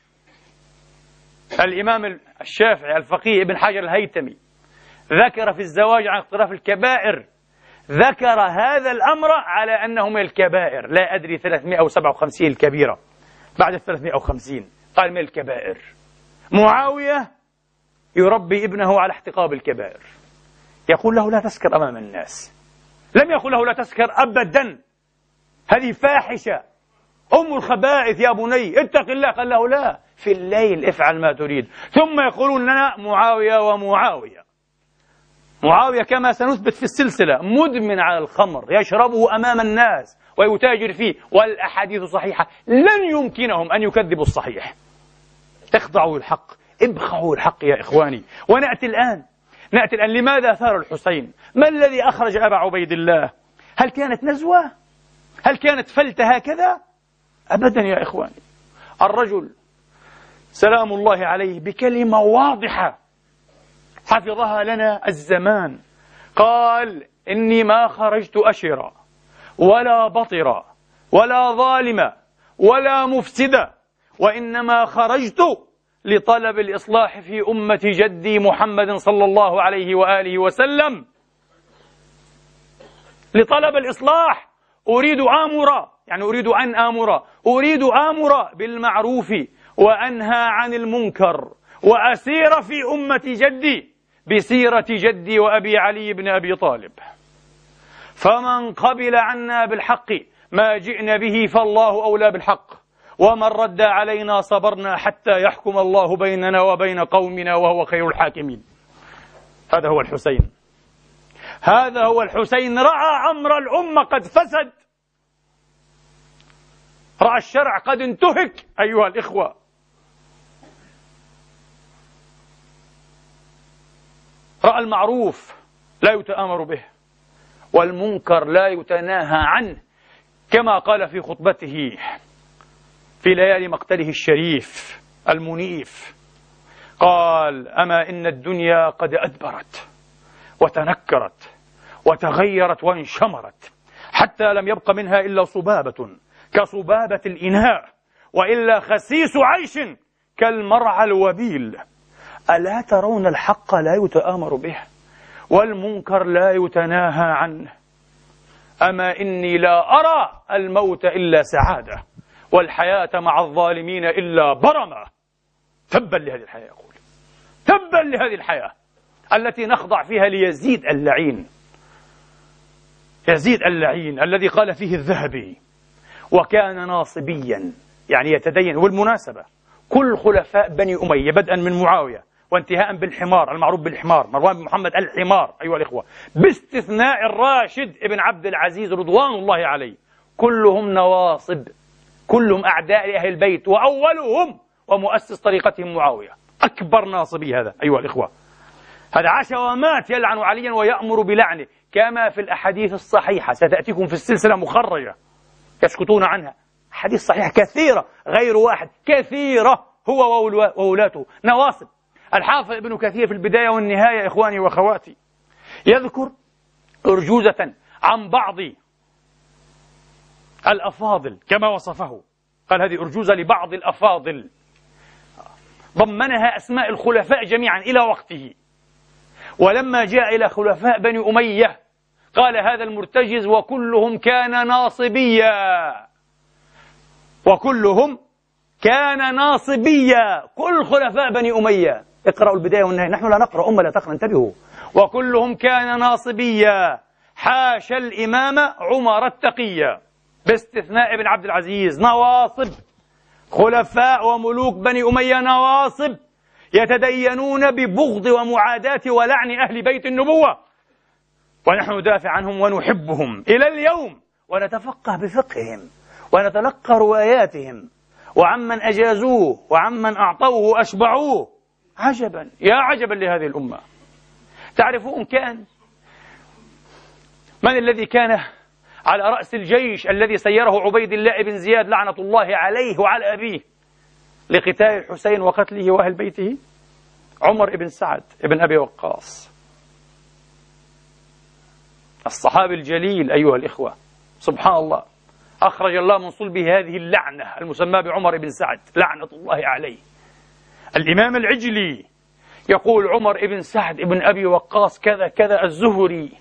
الإمام الشافعي الفقيه ابن حجر الهيثمي ذكر في الزواج عن اقتراف الكبائر، ذكر هذا الأمر على أنه من الكبائر، لا أدري 357 الكبيرة بعد 350، قال من الكبائر. معاوية يربي ابنه على احتقاب الكبائر، يقول له لا تسكر أمام الناس، لم يقل له لا تسكر أبدا، هذه فاحشة أم الخبائث يا بني اتق الله، قال له لا، في الليل افعل ما تريد. ثم يقولون لنا معاوية كما سنثبت في السلسلة مدمن على الخمر، يشربه أمام الناس ويتاجر فيه، والأحاديث صحيحة، لن يمكنهم أن يكذبوا الصحيح. اخضعوا الحق، ابخعوا الحق يا إخواني. ونأتي الآن لماذا ثار الحسين؟ ما الذي أخرج أبا عبيد الله؟ هل كانت نزوة؟ هل كانت فلتة هكذا؟ أبدا يا إخواني. الرجل سلام الله عليه بكلمة واضحة حفظها لنا الزمان، قال: إني ما خرجت أشرا ولا بطرا ولا ظالما ولا مفسدا، وإنما خرجت لطلب الإصلاح في أمة جدي محمد صلى الله عليه وآله وسلم، لطلب الإصلاح. أريد أن آمر بالمعروف وأنهى عن المنكر، وأسير في أمة جدي بسيرة جدي وأبي علي بن أبي طالب، فمن قبل عنا بالحق ما جئنا به فالله أولى بالحق، ومن رد علينا صبرنا حتى يحكم الله بيننا وبين قومنا وهو خير الحاكمين. هذا هو الحسين، رأى أمر الأمة قد فسد، رأى الشرع قد انتهك أيها الإخوة. رأى المعروف لا يتآمر به، والمنكر لا يتناهى عنه، كما قال في خطبته في ليالي مقتله الشريف المنيف، قال: أما إن الدنيا قد أدبرت وتنكرت وتغيرت وانشمرت، حتى لم يبق منها إلا صبابة كصبابة الإناء، وإلا خسيس عيش كالمرعى الوبيل. ألا ترون الحق لا يتآمر به، والمنكر لا يتناهى عنه؟ أما إني لا أرى الموت إلا سعادة، والحياة مع الظالمين إلا برمة. تبا لهذه الحياة، يقول تبا لهذه الحياة التي نخضع فيها ليزيد اللعين، يزيد اللعين الذي قال فيه الذهبي: وكان ناصبيا، يعني يتدين. والمناسبة كل خلفاء بني أمية بدءا من معاوية وانتهاء بالحمار المعروف بالحمار، مروان بن محمد الحمار أيها الإخوة، باستثناء الراشد ابن عبد العزيز رضوان الله عليه، كلهم نواصب، كلهم أعداء لأهل البيت، وأولهم ومؤسس طريقتهم معاوية، أكبر ناصبي هذا أيها الإخوة. هذا عاش ومات يلعن عليا ويأمر بلعنه، كما في الأحاديث الصحيحة ستأتيكم في السلسلة مخرجة يسكتون عنها، أحاديث صحيحة كثيرة غير واحد، كثيرة، هو وولاته نواصب. الحافظ ابن كثير في البداية والنهاية إخواني وأخواتي يذكر أرجوزة عن بعض الأفاضل كما وصفه، قال هذه أرجوزة لبعض الأفاضل ضمنها أسماء الخلفاء جميعا إلى وقته، ولما جاء إلى خلفاء بني أمية قال هذا المرتجز وكلهم كان ناصبيا، وكلهم كان ناصبيا، كل خلفاء بني أمية، اقرأوا البداية والنهاية، نحن لا نقرأ لا تقرأ، انتبهوا، وكلهم كان ناصبيا حاشا الإمام عمر التقيا، باستثناء ابن عبد العزيز، نواصب، خلفاء وملوك بني أمية نواصب يتدينون ببغض ومعاداة ولعن أهل بيت النبوة، ونحن ندافع عنهم ونحبهم إلى اليوم، ونتفقه بفقههم ونتلقى رواياتهم، وعمن أجازوه وعمن أعطوه أشبعوه. عجبا يا عجبا لهذه الأمة. تعرفون من الذي كان على رأس الجيش الذي سيره عبيد الله بن زياد لعنة الله عليه وعلى أبيه لقتال الحسين وقتله وأهل بيته؟ عمر بن سعد بن أبي وقاص، الصحابي الجليل أيها الإخوة. سبحان الله، أخرج الله من صلبه هذه اللعنة المسمى بعمر بن سعد لعنة الله عليه. الإمام العجلي يقول عمر بن سعد بن أبي وقاص كذا كذا الزهري،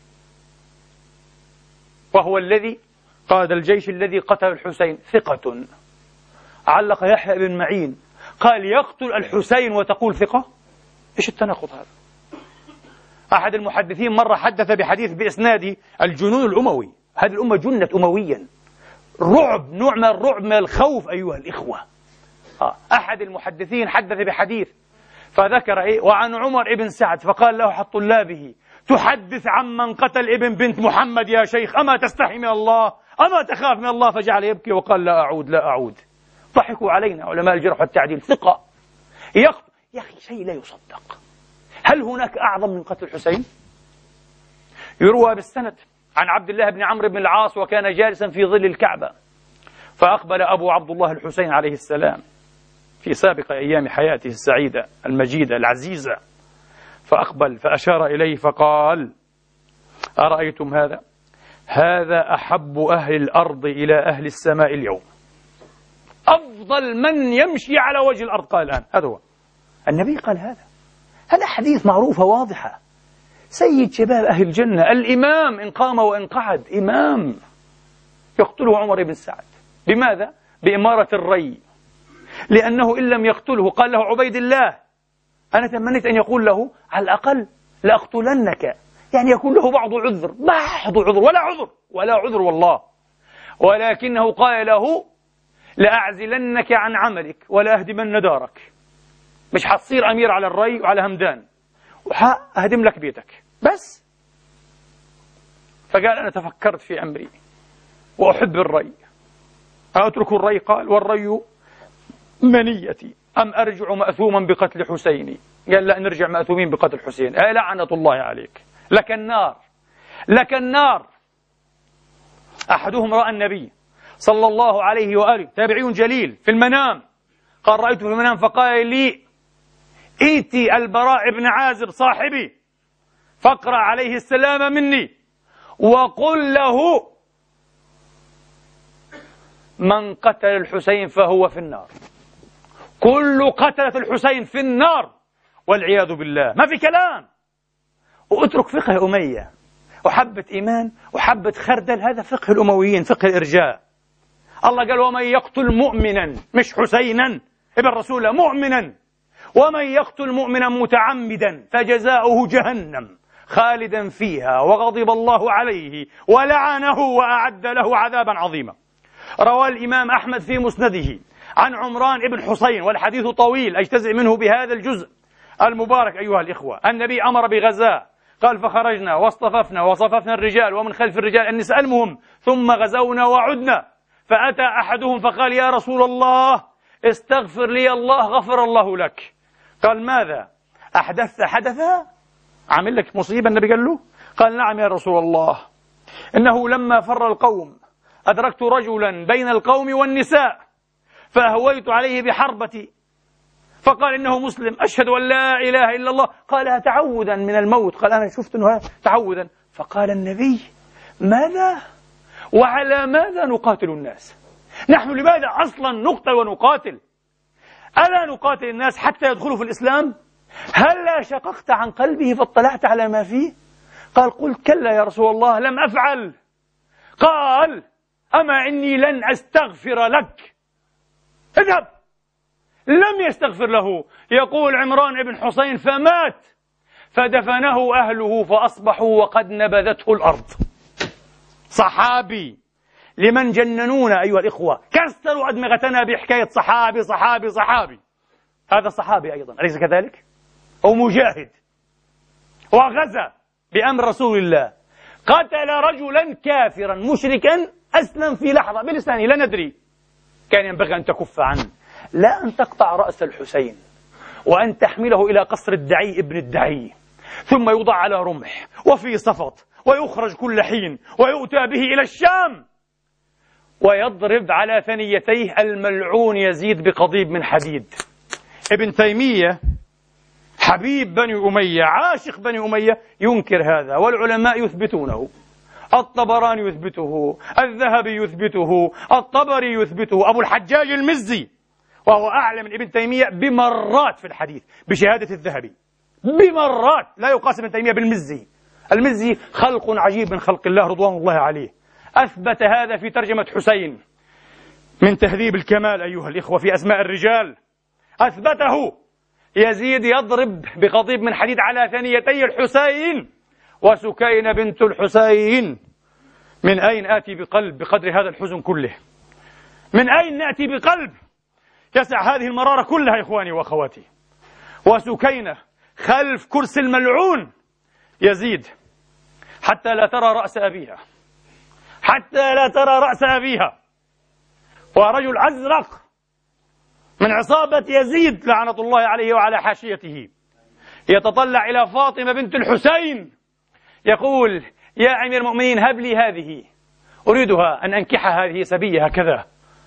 وهو الذي قاد الجيش الذي قتل الحسين، ثقة. علق يحيى بن معين قال يقتل الحسين وتقول ثقة؟ إيش التناقض هذا؟ أحد المحدثين مرة حدث بحديث بإسناده الجنون الأموي، هذه الأمة جنت أمويا، رعب، نوع من الرعب من الخوف أيها الإخوة. أحد المحدثين حدث بحديث فذكر وعن عمر بن سعد، فقال له أحد طلابه تحدث عمن قتل ابن بنت محمد يا شيخ، أما تستحي من الله، أما تخاف من الله؟ فجعل يبكي وقال لا أعود لا أعود. ضحكوا علينا علماء الجرح والتعديل، ثقة يقتل يا أخي، شيء لا يصدق. هل هناك أعظم من قتل الحسين؟ يروى بالسند عن عبد الله بن عمرو بن العاص وكان جالسا في ظل الكعبة، فأقبل أبو عبد الله الحسين عليه السلام في سابق أيام حياته السعيدة المجيدة العزيزة، فأقبل فأشار إليه فقال أرأيتم هذا؟ هذا أحب أهل الأرض إلى أهل السماء اليوم، أفضل من يمشي على وجه الأرض. قال الآن هذا هو النبي قال هذا حديث معروفة واضحة، سيد شباب أهل الجنة، الإمام إن قام وإن قعد، إمام يقتله عمر بن سعد. بماذا؟ بإمارة الري، لأنه إن لم يقتله قال له عبيد الله أنا تمنيت أن يقول له على الأقل لأقتلنك، يعني يكون له بعض عذر، بعض عذر ولا عذر والله، ولكنه قال له لأعزلنك عن عملك ولا أهدمن دارك، مش حتصير أمير على الري وعلى همدان، وهدم لك بيتك بس. فقال أنا تفكرت في أمري وأحب الري، أترك الري؟ قال والري منيتي أم أرجع مأثوما بقتل حسيني؟ قال لا، نرجع مأثومين بقتل حسين. لعنة الله عليك، لك النار لك النار. أحدهم رأى النبي صلى الله عليه وآله، تابعي جليل، في المنام، قال رأيته في المنام فقال لي ائتي البراء بن عازب صاحبي فاقرأ عليه السلام مني وقل له من قتل الحسين فهو في النار، كل قتلة الحسين في النار والعياذ بالله، ما في كلام. واترك فقه أمية وحبة إيمان وحبة خردل، هذا فقه الأمويين، فقه الإرجاء. الله قال ومن يقتل مؤمنا، مش حسينا ابن رسول، مؤمنا، ومن يقتل مؤمنا متعمدا فجزاؤه جهنم خالدا فيها وغضب الله عليه ولعنه وأعد له عذابا عظيما. روى الإمام أحمد في مسنده عن عمران بن حسين، والحديث طويل أجتزئ منه بهذا الجزء، المبارك أيها الإخوة، النبي أمر بغزاء، قال فخرجنا واصطففنا وصففنا الرجال ومن خلف الرجال النساء المهم، ثم غزونا وعدنا، فأتى أحدهم فقال يا رسول الله استغفر لي الله غفر الله لك. قال ماذا أحدثت حدثا؟ عمل لك مصيبة النبي قال له؟ قال نعم يا رسول الله، إنه لما فر القوم أدركت رجلا بين القوم والنساء فأهويت عليه بحربتي فقال إنه مسلم أشهد أن لا إله إلا الله، قالها تعودا من الموت، قال أنا شفت أنه تعودا. فقال النبي ماذا وعلى ماذا نقاتل الناس؟ نحن لماذا أصلا نقتل ونقاتل؟ ألا نقاتل الناس حتى يدخلوا في الإسلام؟ هلا شققت عن قلبه فاطلعت على ما فيه؟ قال قلت كلا يا رسول الله لم أفعل. قال أما إني لن أستغفر لك، اذهب. لم يستغفر له. يقول عمران بن حسين فمات فدفنه أهله فأصبحوا وقد نبذته الأرض. صحابي لمن جننونا أيها الإخوة، كسروا أدمغتنا بحكاية صحابي صحابي صحابي. هذا صحابي أيضا أليس كذلك؟ هو مجاهد وغزا بأمر رسول الله، قتل رجلا كافرا مشركا أسلم في لحظة بلسانه لا ندري، كان ينبغي أن تكف عنه، لا أن تقطع رأس الحسين وأن تحمله إلى قصر الدعي ابن الدعي ثم يوضع على رمح وفي صفط ويخرج كل حين ويؤتى به إلى الشام ويضرب على ثنيتيه الملعون يزيد بقضيب من حديد. ابن تيمية حبيب بني أمية عاشق بني أمية ينكر هذا، والعلماء يثبتونه، الطبراني يثبته، الذهبي يثبته، الطبري يثبته، أبو الحجاج المزي وهو أعلى من ابن تيمية بمرات في الحديث بشهادة الذهبي بمرات، لا يقاس ابن تيمية بالمزي. المزي خلق عجيب من خلق الله رضوان الله عليه، أثبت هذا في ترجمة حسين من تهذيب الكمال أيها الإخوة في أسماء الرجال، أثبته. يزيد يضرب بقضيب من حديد على ثنيتي الحسين وسكينة بنت الحسين. من أين آتي بقلب بقدر هذا الحزن كله؟ من أين نأتي بقلب يسع هذه المرارة كلها يا إخواني وأخواتي؟ وسكينة خلف كرسي الملعون يزيد حتى لا ترى رأس أبيها، حتى لا ترى رأس أبيها، ورجل أزرق من عصابة يزيد لعنة الله عليه وعلى حاشيته يتطلع إلى فاطمة بنت الحسين يقول يا أمير المؤمنين هب لي هذه أريدها أن أنكحها، هذه سبية هكذا.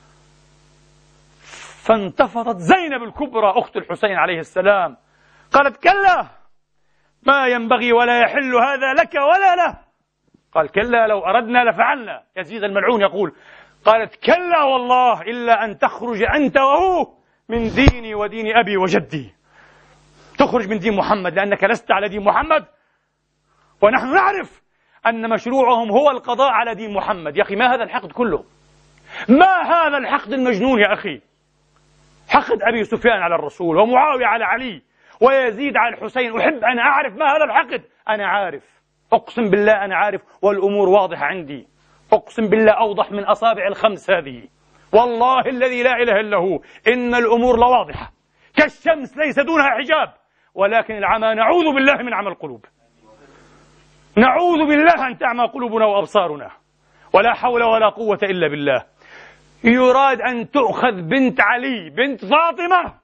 فانتفضت زينب الكبرى أخت الحسين عليه السلام قالت كلا ما ينبغي ولا يحل هذا لك ولا له. قال كلا لو أردنا لفعلنا. يزيد الملعون يقول قالت كلا والله إلا أن تخرج أنت وهو من ديني ودين أبي وجدي، تخرج من دين محمد لأنك لست على دين محمد، ونحن نعرف أن مشروعهم هو القضاء على دين محمد. يا أخي ما هذا الحقد كله؟ ما هذا الحقد المجنون يا أخي؟ حقد أبي سفيان على الرسول ومعاوية على علي ويزيد على الحسين. أحب أن أعرف ما هذا الحقد. أنا عارف، أقسم بالله أنا عارف، والأمور واضحة عندي، أقسم بالله أوضح من أصابع الخمس هذه، والله الذي لا إله إلا هو إن الأمور لواضحة كالشمس ليس دونها حجاب، ولكن العمى نعوذ بالله من عمى القلوب، نعوذ بالله أن تعمى قلوبنا وأبصارنا، ولا حول ولا قوة إلا بالله. يراد أن تؤخذ بنت علي بنت فاطمة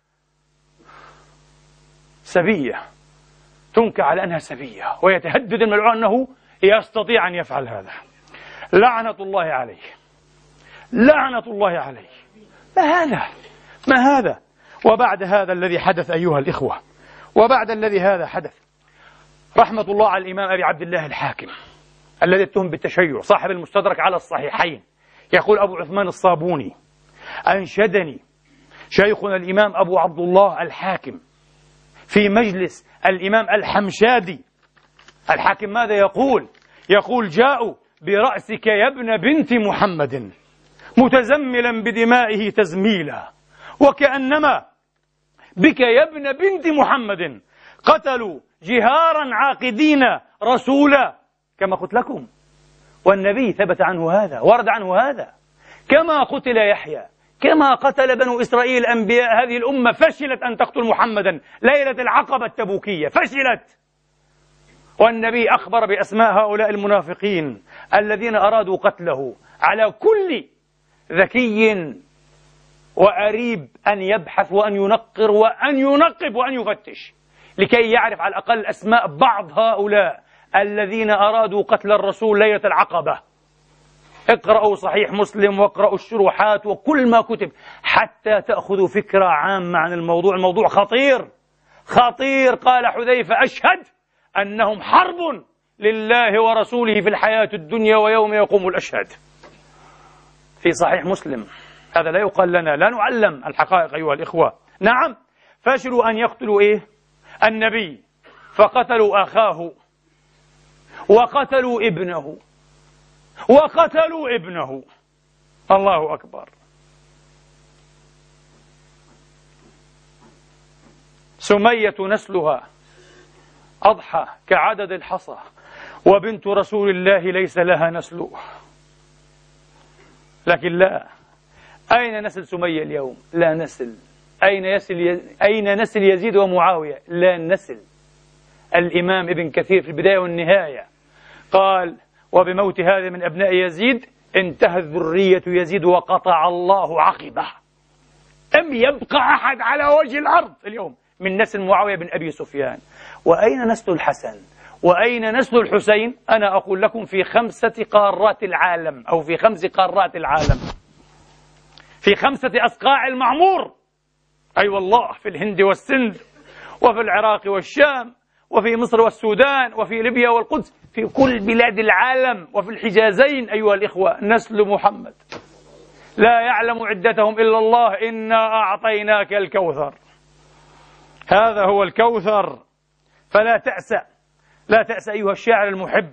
سبية، تنكى على أنها سبية، ويتهدد الملعون أنه يستطيع أن يفعل هذا. لعنة الله عليه، لعنة الله عليه. ما هذا؟ ما هذا؟ وبعد هذا الذي حدث أيها الإخوة، وبعد الذي هذا حدث، رحمة الله على الإمام أبي عبد الله الحاكم الذي اتهم بالتشيع صاحب المستدرك على الصحيحين. يقول أبو عثمان الصابوني أنشدني شيخنا الإمام أبو عبد الله الحاكم في مجلس الإمام الحمشادي. الحاكم ماذا يقول؟ يقول جاءوا برأسك يا ابن بنت محمد متزملا بدمائه تزميلا، وكأنما بك يا ابن بنت محمد قتلوا جهارا عاقدين رسولا، كما قلت لكم، والنبي ثبت عنه هذا، ورد عنه هذا، كما قتل يحيى، كما قتل بنو إسرائيل أنبياء هذه الأمة. فشلت أن تقتل محمدا ليلة العقبة التبوكية، فشلت. والنبي أخبر بأسماء هؤلاء المنافقين الذين أرادوا قتله. على كل ذكي وأريب أن يبحث وأن ينقر وأن ينقب وأن يفتش لكي يعرف على الأقل أسماء بعض هؤلاء الذين أرادوا قتل الرسول ليلة العقبة. اقرأوا صحيح مسلم واقرأوا الشروحات وكل ما كتب حتى تأخذوا فكرة عامة عن الموضوع. الموضوع خطير خطير. قال حذيفة: أشهد أنهم حرب لله ورسوله في الحياة الدنيا ويوم يقوم الأشهاد. في صحيح مسلم. هذا لا يقال لنا، لا نعلم الحقائق أيها الإخوة. نعم، فشلوا أن يقتلوا النبي، فقتلوا أخاه وقتلوا ابنه وقتلوا ابنه. الله أكبر. سمية نسلها أضحى كعدد الحصى، وبنت رسول الله ليس لها نسل. لكن لا، أين نسل سمية اليوم؟ لا نسل. أين نسل يزيد ومعاوية؟ لا نسل. الإمام ابن كثير في البداية والنهاية قال: وبموت هذا من أبناء يزيد انتهت ذرية يزيد وقطع الله عقبه. لم يبقى أحد على وجه الأرض اليوم من نسل معاوية بن أبي سفيان. وأين نسل الحسن؟ وأين نسل الحسين؟ أنا أقول لكم في 5 قارات العالم، أو في 5 قارات العالم، في 5 أصقاع المعمور. أي والله، في الهند والسند، وفي العراق والشام، وفي مصر والسودان، وفي ليبيا والقدس، في كل بلاد العالم، وفي الحجازين أيها الإخوة نسل محمد لا يعلم عدتهم إلا الله. إنا أعطيناك الكوثر. هذا هو الكوثر. فلا تأسى، لا تأسى أيها الشاعر المحب.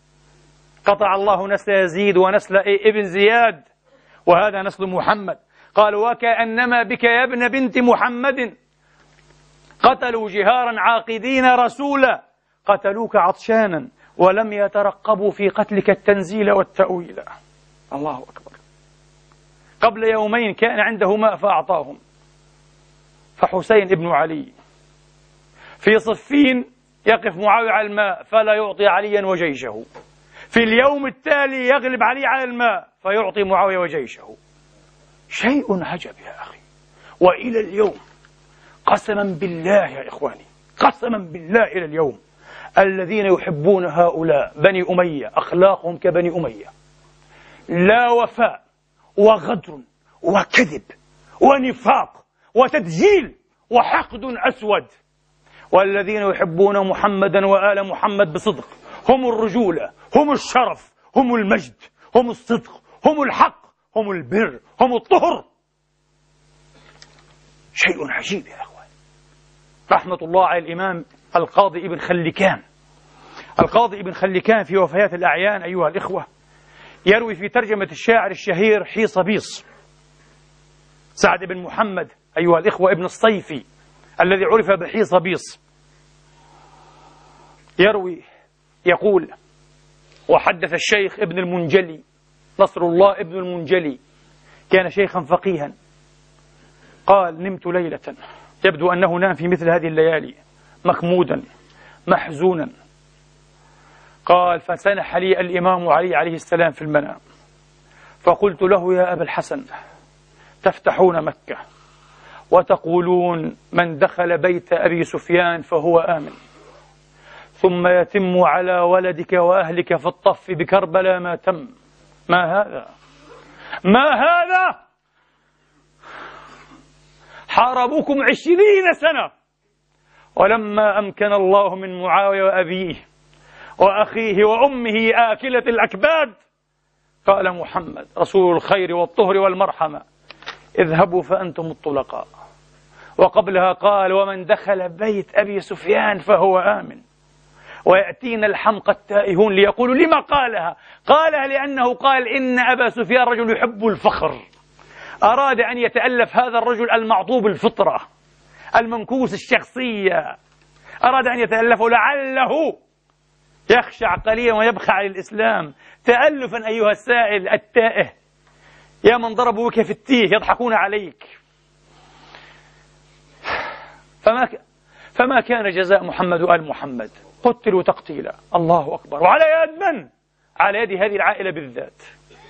قطع الله نسل يزيد ونسل ابن زياد، وهذا نسل محمد. قال: وكأنما بك يا ابن بنت محمد قتلوا جهارا عاقدين رسولا، قتلوك عطشانا ولم يترقبوا في قتلك التنزيل والتأويل. الله أكبر. قبل يومين كان عنده ماء فأعطاهم. فحسين ابن علي في صفين يقف معاوية على الماء فلا يعطي عليا وجيشه. في اليوم التالي يغلب علي على الماء فيعطي معاوية وجيشه. شيء عجب يا أخي. وإلى اليوم قسما بالله يا إخواني، قسما بالله إلى اليوم الذين يحبون هؤلاء بني أمية أخلاقهم كبني أمية، لا وفاء وغدر وكذب ونفاق وتدجيل وحقد أسود. والذين يحبون محمدا وآل محمد بصدق هم الرجولة، هم الشرف، هم المجد، هم الصدق، هم الحق، هم البر، هم الطهر. شيء عجيب يا أخوان. رحمة الله على الإمام القاضي ابن خلكان. القاضي ابن خلكان في وفيات الأعيان أيها الإخوة يروي في ترجمة الشاعر الشهير حيصبيص سعد بن محمد أيها الإخوة ابن الصيفي الذي عرف بحيصبيص، يروي يقول: وحدث الشيخ ابن المنجلي نصر الله ابن المنجلي، كان شيخا فقيها، قال: نمت ليلة، يبدو أنه نام في مثل هذه الليالي مخمودا محزونا. قال: فسنح لي الإمام علي عليه السلام في المنام، فقلت له: يا أبا الحسن، تفتحون مكة وتقولون من دخل بيت أبي سفيان فهو آمن، ثم يتم على ولدك وأهلك في الطف بكربلاء ما تم. ما هذا؟ ما هذا؟ حاربوكم 20 سنة، ولما أمكن الله من معاوية وأبيه وأخيه وأمه آكلة الأكباد قال محمد رسول الخير والطهر والمرحمة: اذهبوا فأنتم الطلقاء. وقبلها قال: ومن دخل بيت أبي سفيان فهو آمن. ويأتينا الحمقى التائهون ليقولوا: لما قالها؟ قالها لأنه قال إن أبا سفيان رجل يحب الفخر. أراد أن يتألف هذا الرجل المعطوب الفطرة المنكوس الشخصية، أراد أن يتألفه لعله يخشع قليلا ويبخع على الإسلام. تألفا أيها السائل التائه، يا من ضربوا بك في التيه يضحكون عليك. فما كان جزاء محمد وآل محمد، قتلوا تقتيلا. الله أكبر. وعلى يد من؟ على يد هذه العائلة بالذات،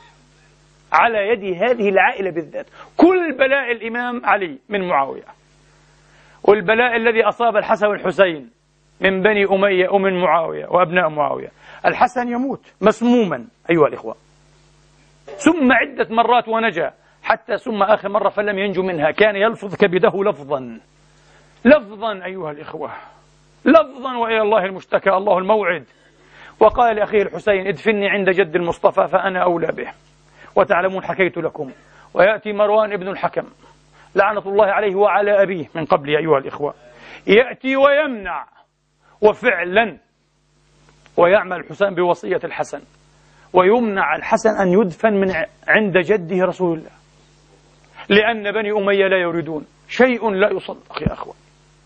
على يد هذه العائلة بالذات. كل بلاء الإمام علي من معاوية، والبلاء الذي أصاب الحسن والحسين من بني أمية ومن معاوية وأبناء معاوية. الحسن يموت مسموما أيها الإخوة، ثم عدة مرات ونجا، حتى ثم آخر مرة فلم ينجو منها، كان يلفظ كبده لفظا لفظا أيها الإخوة، لفظا، وإلى الله المشتكى، الله الموعد. وقال لأخيه الحسين ادفني عند جد المصطفى فأنا أولى به. وتعلمون حكيت لكم. ويأتي مروان ابن الحكم لعنة الله عليه وعلى أبيه من قبل أيها الإخوة، يأتي ويمنع، وفعلا ويعمل الحسين بوصية الحسن، ويمنع الحسن أن يدفن من عند جده رسول الله، لأن بني أمية لا يريدون. شيء لا يصدق يا أخوان.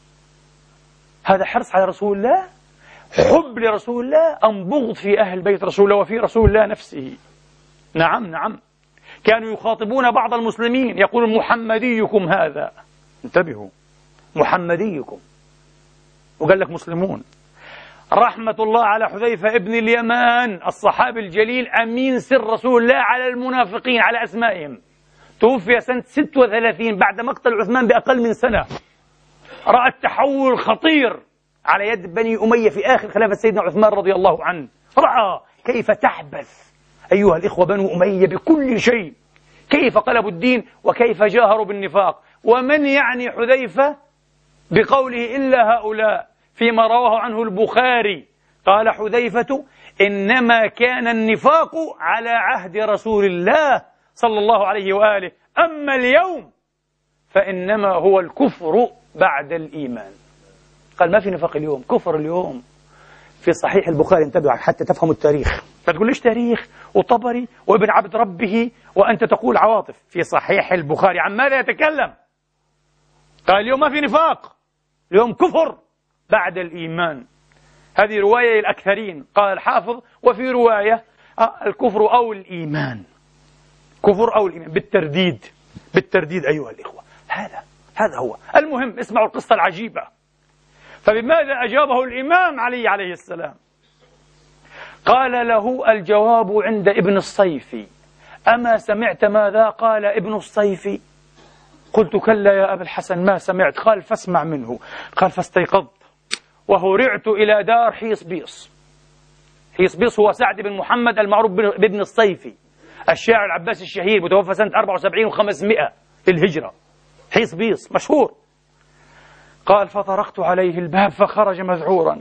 هذا حرص على رسول الله، حب لرسول الله، أم بغض في أهل بيت رسول الله وفي رسول الله نفسه؟ نعم نعم، كانوا يخاطبون بعض المسلمين يقولون محمديكم هذا، انتبهوا، محمديكم، وقال لك مسلمون. رحمة الله على حذيفة ابن اليمان الصحابي الجليل أمين سر رسول الله على المنافقين على أسمائهم، توفي سنة 36 بعد مقتل عثمان بأقل من سنة. رأى التحول الخطير على يد بني أمية في آخر خلافة سيدنا عثمان رضي الله عنه، رأى كيف تحبث أيها الإخوة بنو أمية بكل شيء، كيف قلبوا الدين وكيف جاهروا بالنفاق. ومن يعني حذيفة بقوله إلا هؤلاء؟ فيما رواه عنه البخاري قال حذيفة إنما كان النفاق على عهد رسول الله صلى الله عليه وآله، أما اليوم فإنما هو الكفر بعد الإيمان. قال ما في نفاق اليوم، كفر اليوم. في صحيح البخاري، انتبهوا حتى تفهموا التاريخ، ما تقول ليش تاريخ وطبري وابن عبد ربه وأنت تقول عواطف. في صحيح البخاري عن ماذا يتكلم؟ قال اليوم ما في نفاق، اليوم كفر بعد الإيمان. هذه رواية الأكثرين قال الحافظ، وفي رواية الكفر أو الإيمان، كفر أو الإيمان بالترديد، بالترديد أيها الإخوة. هذا هو المهم. اسمعوا القصة العجيبة. فبماذا أجابه الإمام علي عليه السلام؟ قال له الجواب عند ابن الصيفي. أما سمعت ماذا قال ابن الصيفي؟ قلت كلا يا أبا الحسن ما سمعت. قال فاسمع منه. قال فاستيقظت وهرعت إلى دار حيصبيص. حيصبيص هو سعد بن محمد المعروف بابن الصيفي، الشاعر العباسي الشهير، متوفى سنة 74 و500 للهجرة. حيصبيص مشهور. قال فطرقت عليه الباب فخرج مذعورا،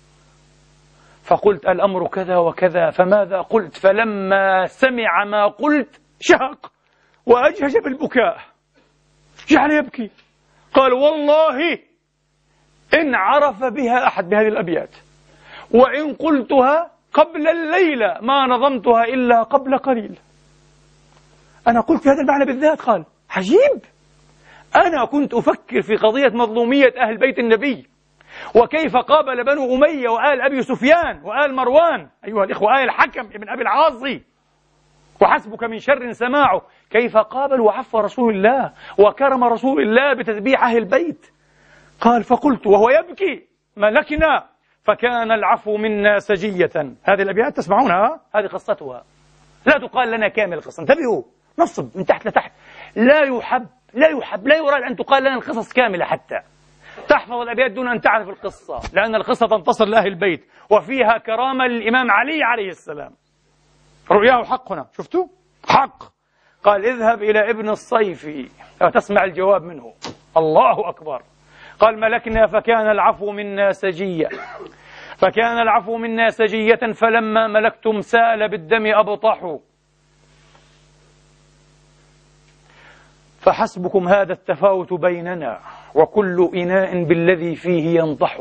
فقلت الأمر كذا وكذا، فماذا قلت؟ فلما سمع ما قلت شهق وأجهش بالبكاء، جعل يبكي. قال والله إن عرف بها أحد بهذه الأبيات، وإن قلتها قبل الليلة ما نظمتها إلا قبل قليل. أنا قلت هذا المعنى بالذات. قال عجيب، أنا كنت أفكر في قضية مظلومية أهل بيت النبي، وكيف قابل بنو أمية وآل أبي سفيان وآل مروان أيها الإخوة، آل الحكم ابن أبي العاصي، وحسبك من شر سماعه، كيف قابل وعفى رسول الله وكرم رسول الله بتذبيح أهل البيت. قال فقلت وهو يبكي ملكنا فكان العفو منا سجية. هذه الأبيات تسمعونها، هذه قصتها، لا تقال لنا كامل القصة. انتبهوا، نصب من تحت لتحت، لا يراد أن تقال لنا القصص كاملة، حتى تحفظ الأبيات دون أن تعرف القصة، لأن القصة تنتصر لأهل البيت وفيها كرامة للإمام علي عليه السلام. رؤياه حق هنا، شفتوا؟ حق. قال اذهب إلى ابن الصيفي وتسمع الجواب منه. الله أكبر. قال ملكنا فكان العفو منا سجية، فكان العفو منا سجية، فلما ملكتم سال بالدم أبطحوا، فحسبكم هذا التفاوت بيننا، وكل إناء بالذي فيه ينضح،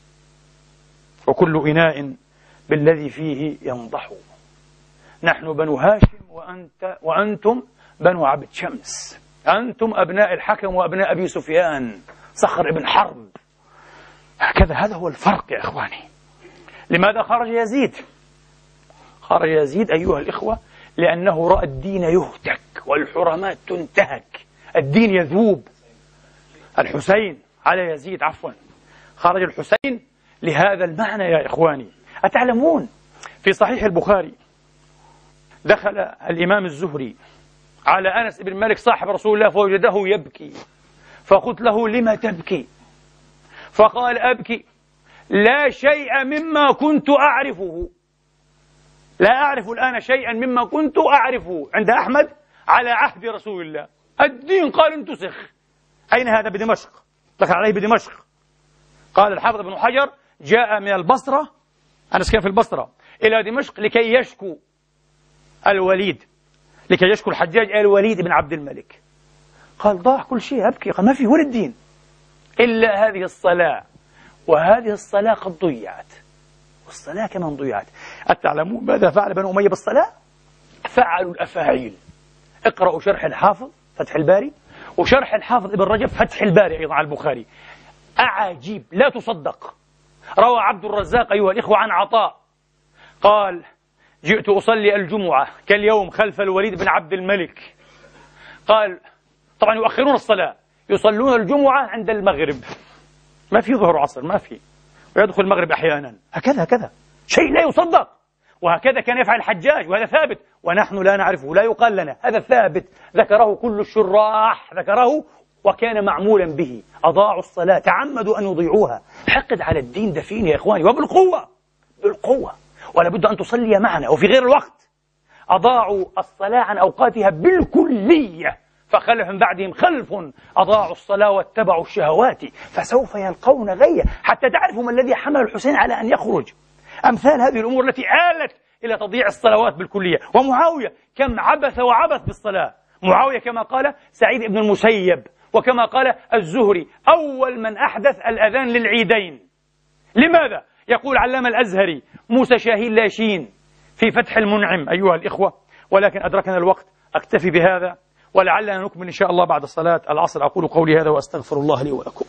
وكل إناء بالذي فيه ينضح. نحن بنو هاشم وأنتم بنو عبد شمس، أنتم أبناء الحكم وأبناء أبي سفيان صخر ابن حرب. هكذا، هذا هو الفرق يا إخواني. لماذا خرج يزيد؟ خرج يزيد أيها الإخوة لأنه رأى الدين يهتك والحرمات تنتهك، الدين يذوب. الحسين على يزيد خرج الحسين لهذا المعنى يا إخواني. أتعلمون في صحيح البخاري دخل الإمام الزهري على أنس بن مالك صاحب رسول الله فوجده يبكي، فقلت له: لم تبكي؟ فقال: أبكي لا شيء مما كنت أعرفه، لا أعرف الآن شيئا مما كنت أعرفه عند أحمد على عهد رسول الله. الدين قال انتسخ. أين هذا؟ بدمشق، دخل عليه بدمشق. قال الحافظ ابن حجر: جاء من البصرة، أنس كان في البصرة، إلى دمشق لكي يشكو الوليد، لكي يشكو الحجاج الوليد بن عبد الملك. قال: ضاع كل شيء، أبكي. قال: ما في ولا الدين إلا هذه الصلاة، وهذه الصلاة قد ضيعت، والصلاة كمان ضيعت. أتعلمون ماذا فعل بنو أمية بالصلاة؟ فعلوا الأفاعيل. اقرأوا شرح الحافظ فتح الباري، وشرح الحافظ ابن رجب فتح الباري أيضا على البخاري. أعاجيب لا تصدق. روى عبد الرزاق أيها الإخوة عن عطاء قال: جئت أصلي الجمعة كاليوم خلف الوليد بن عبد الملك. قال: طبعا يؤخرون الصلاة، يصلون الجمعة عند المغرب، ما في ظهر وعصر، ما في، ويدخل المغرب أحيانا. هكذا شيء لا يصدق. وهكذا كان يفعل الحجاج، وهذا ثابت، ونحن لا نعرفه، لا يقال لنا، هذا ثابت، ذكره كل الشراح، ذكره وكان معمولا به. أضاعوا الصلاة، تعمدوا أن يضيعوها. حقد على الدين دفين يا إخواني، وبالقوة، بالقوة، ولا بد أن تصلي معنا وفي غير الوقت. أضاعوا الصلاة عن أوقاتها بالكلية، فخلف من بعدهم خلف أضاعوا الصلاة واتبعوا الشهوات فسوف يلقون غيا. حتى تعرفوا ما الذي حمل الحسين على أن يخرج. أمثال هذه الأمور التي آلت إلى تضييع الصلوات بالكلية. ومعاوية كم عبث وعبث بالصلاة. معاوية كما قال سعيد بن المسيب وكما قال الزهري: أول من أحدث الأذان للعيدين. لماذا؟ يقول علامة الأزهري موسى شاهين لاشين في فتح المنعم أيها الإخوة. ولكن أدركنا الوقت، أكتفي بهذا ولعلنا نكمل إن شاء الله بعد صلاة العصر. أقول قولي هذا وأستغفر الله لي ولكم.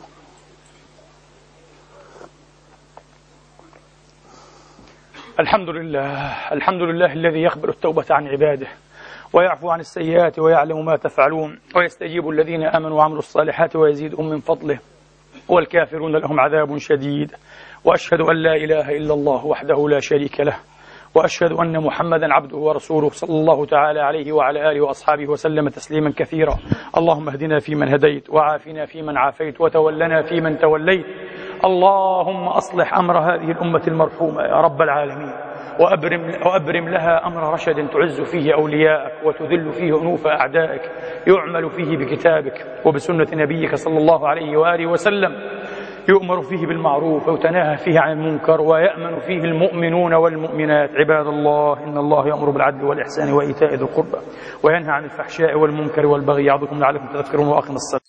الحمد لله الذي يقبل التوبة عن عباده ويعفو عن السيئات ويعلم ما تفعلون ويستجيب الذين آمنوا وعملوا الصالحات ويزيدهم من فضله والكافرون لهم عذاب شديد. وأشهد أن لا إله إلا الله وحده لا شريك له، وأشهد أن محمدا عبده ورسوله صلى الله تعالى عليه وعلى آله وأصحابه وسلم تسليما كثيرا. اللهم اهدنا فيمن هديت، وعافنا فيمن عافيت، وتولنا فيمن توليت. اللهم أصلح أمر هذه الأمة المرحومة يا رب العالمين، وأبرم لها أمر رشد تعز فيه أولياءك وتذل فيه أنوف أعدائك، يعمل فيه بكتابك وبسنة نبيك صلى الله عليه وآله وسلم، يؤمر فيه بالمعروف ويتناهى فيه عن المنكر ويأمن فيه المؤمنون والمؤمنات. عباد الله، إن الله يأمر بالعدل والإحسان وإيتاء ذي القربى وينهى عن الفحشاء والمنكر والبغي يعظكم لعلكم تذكرون. وأقم الصلاة.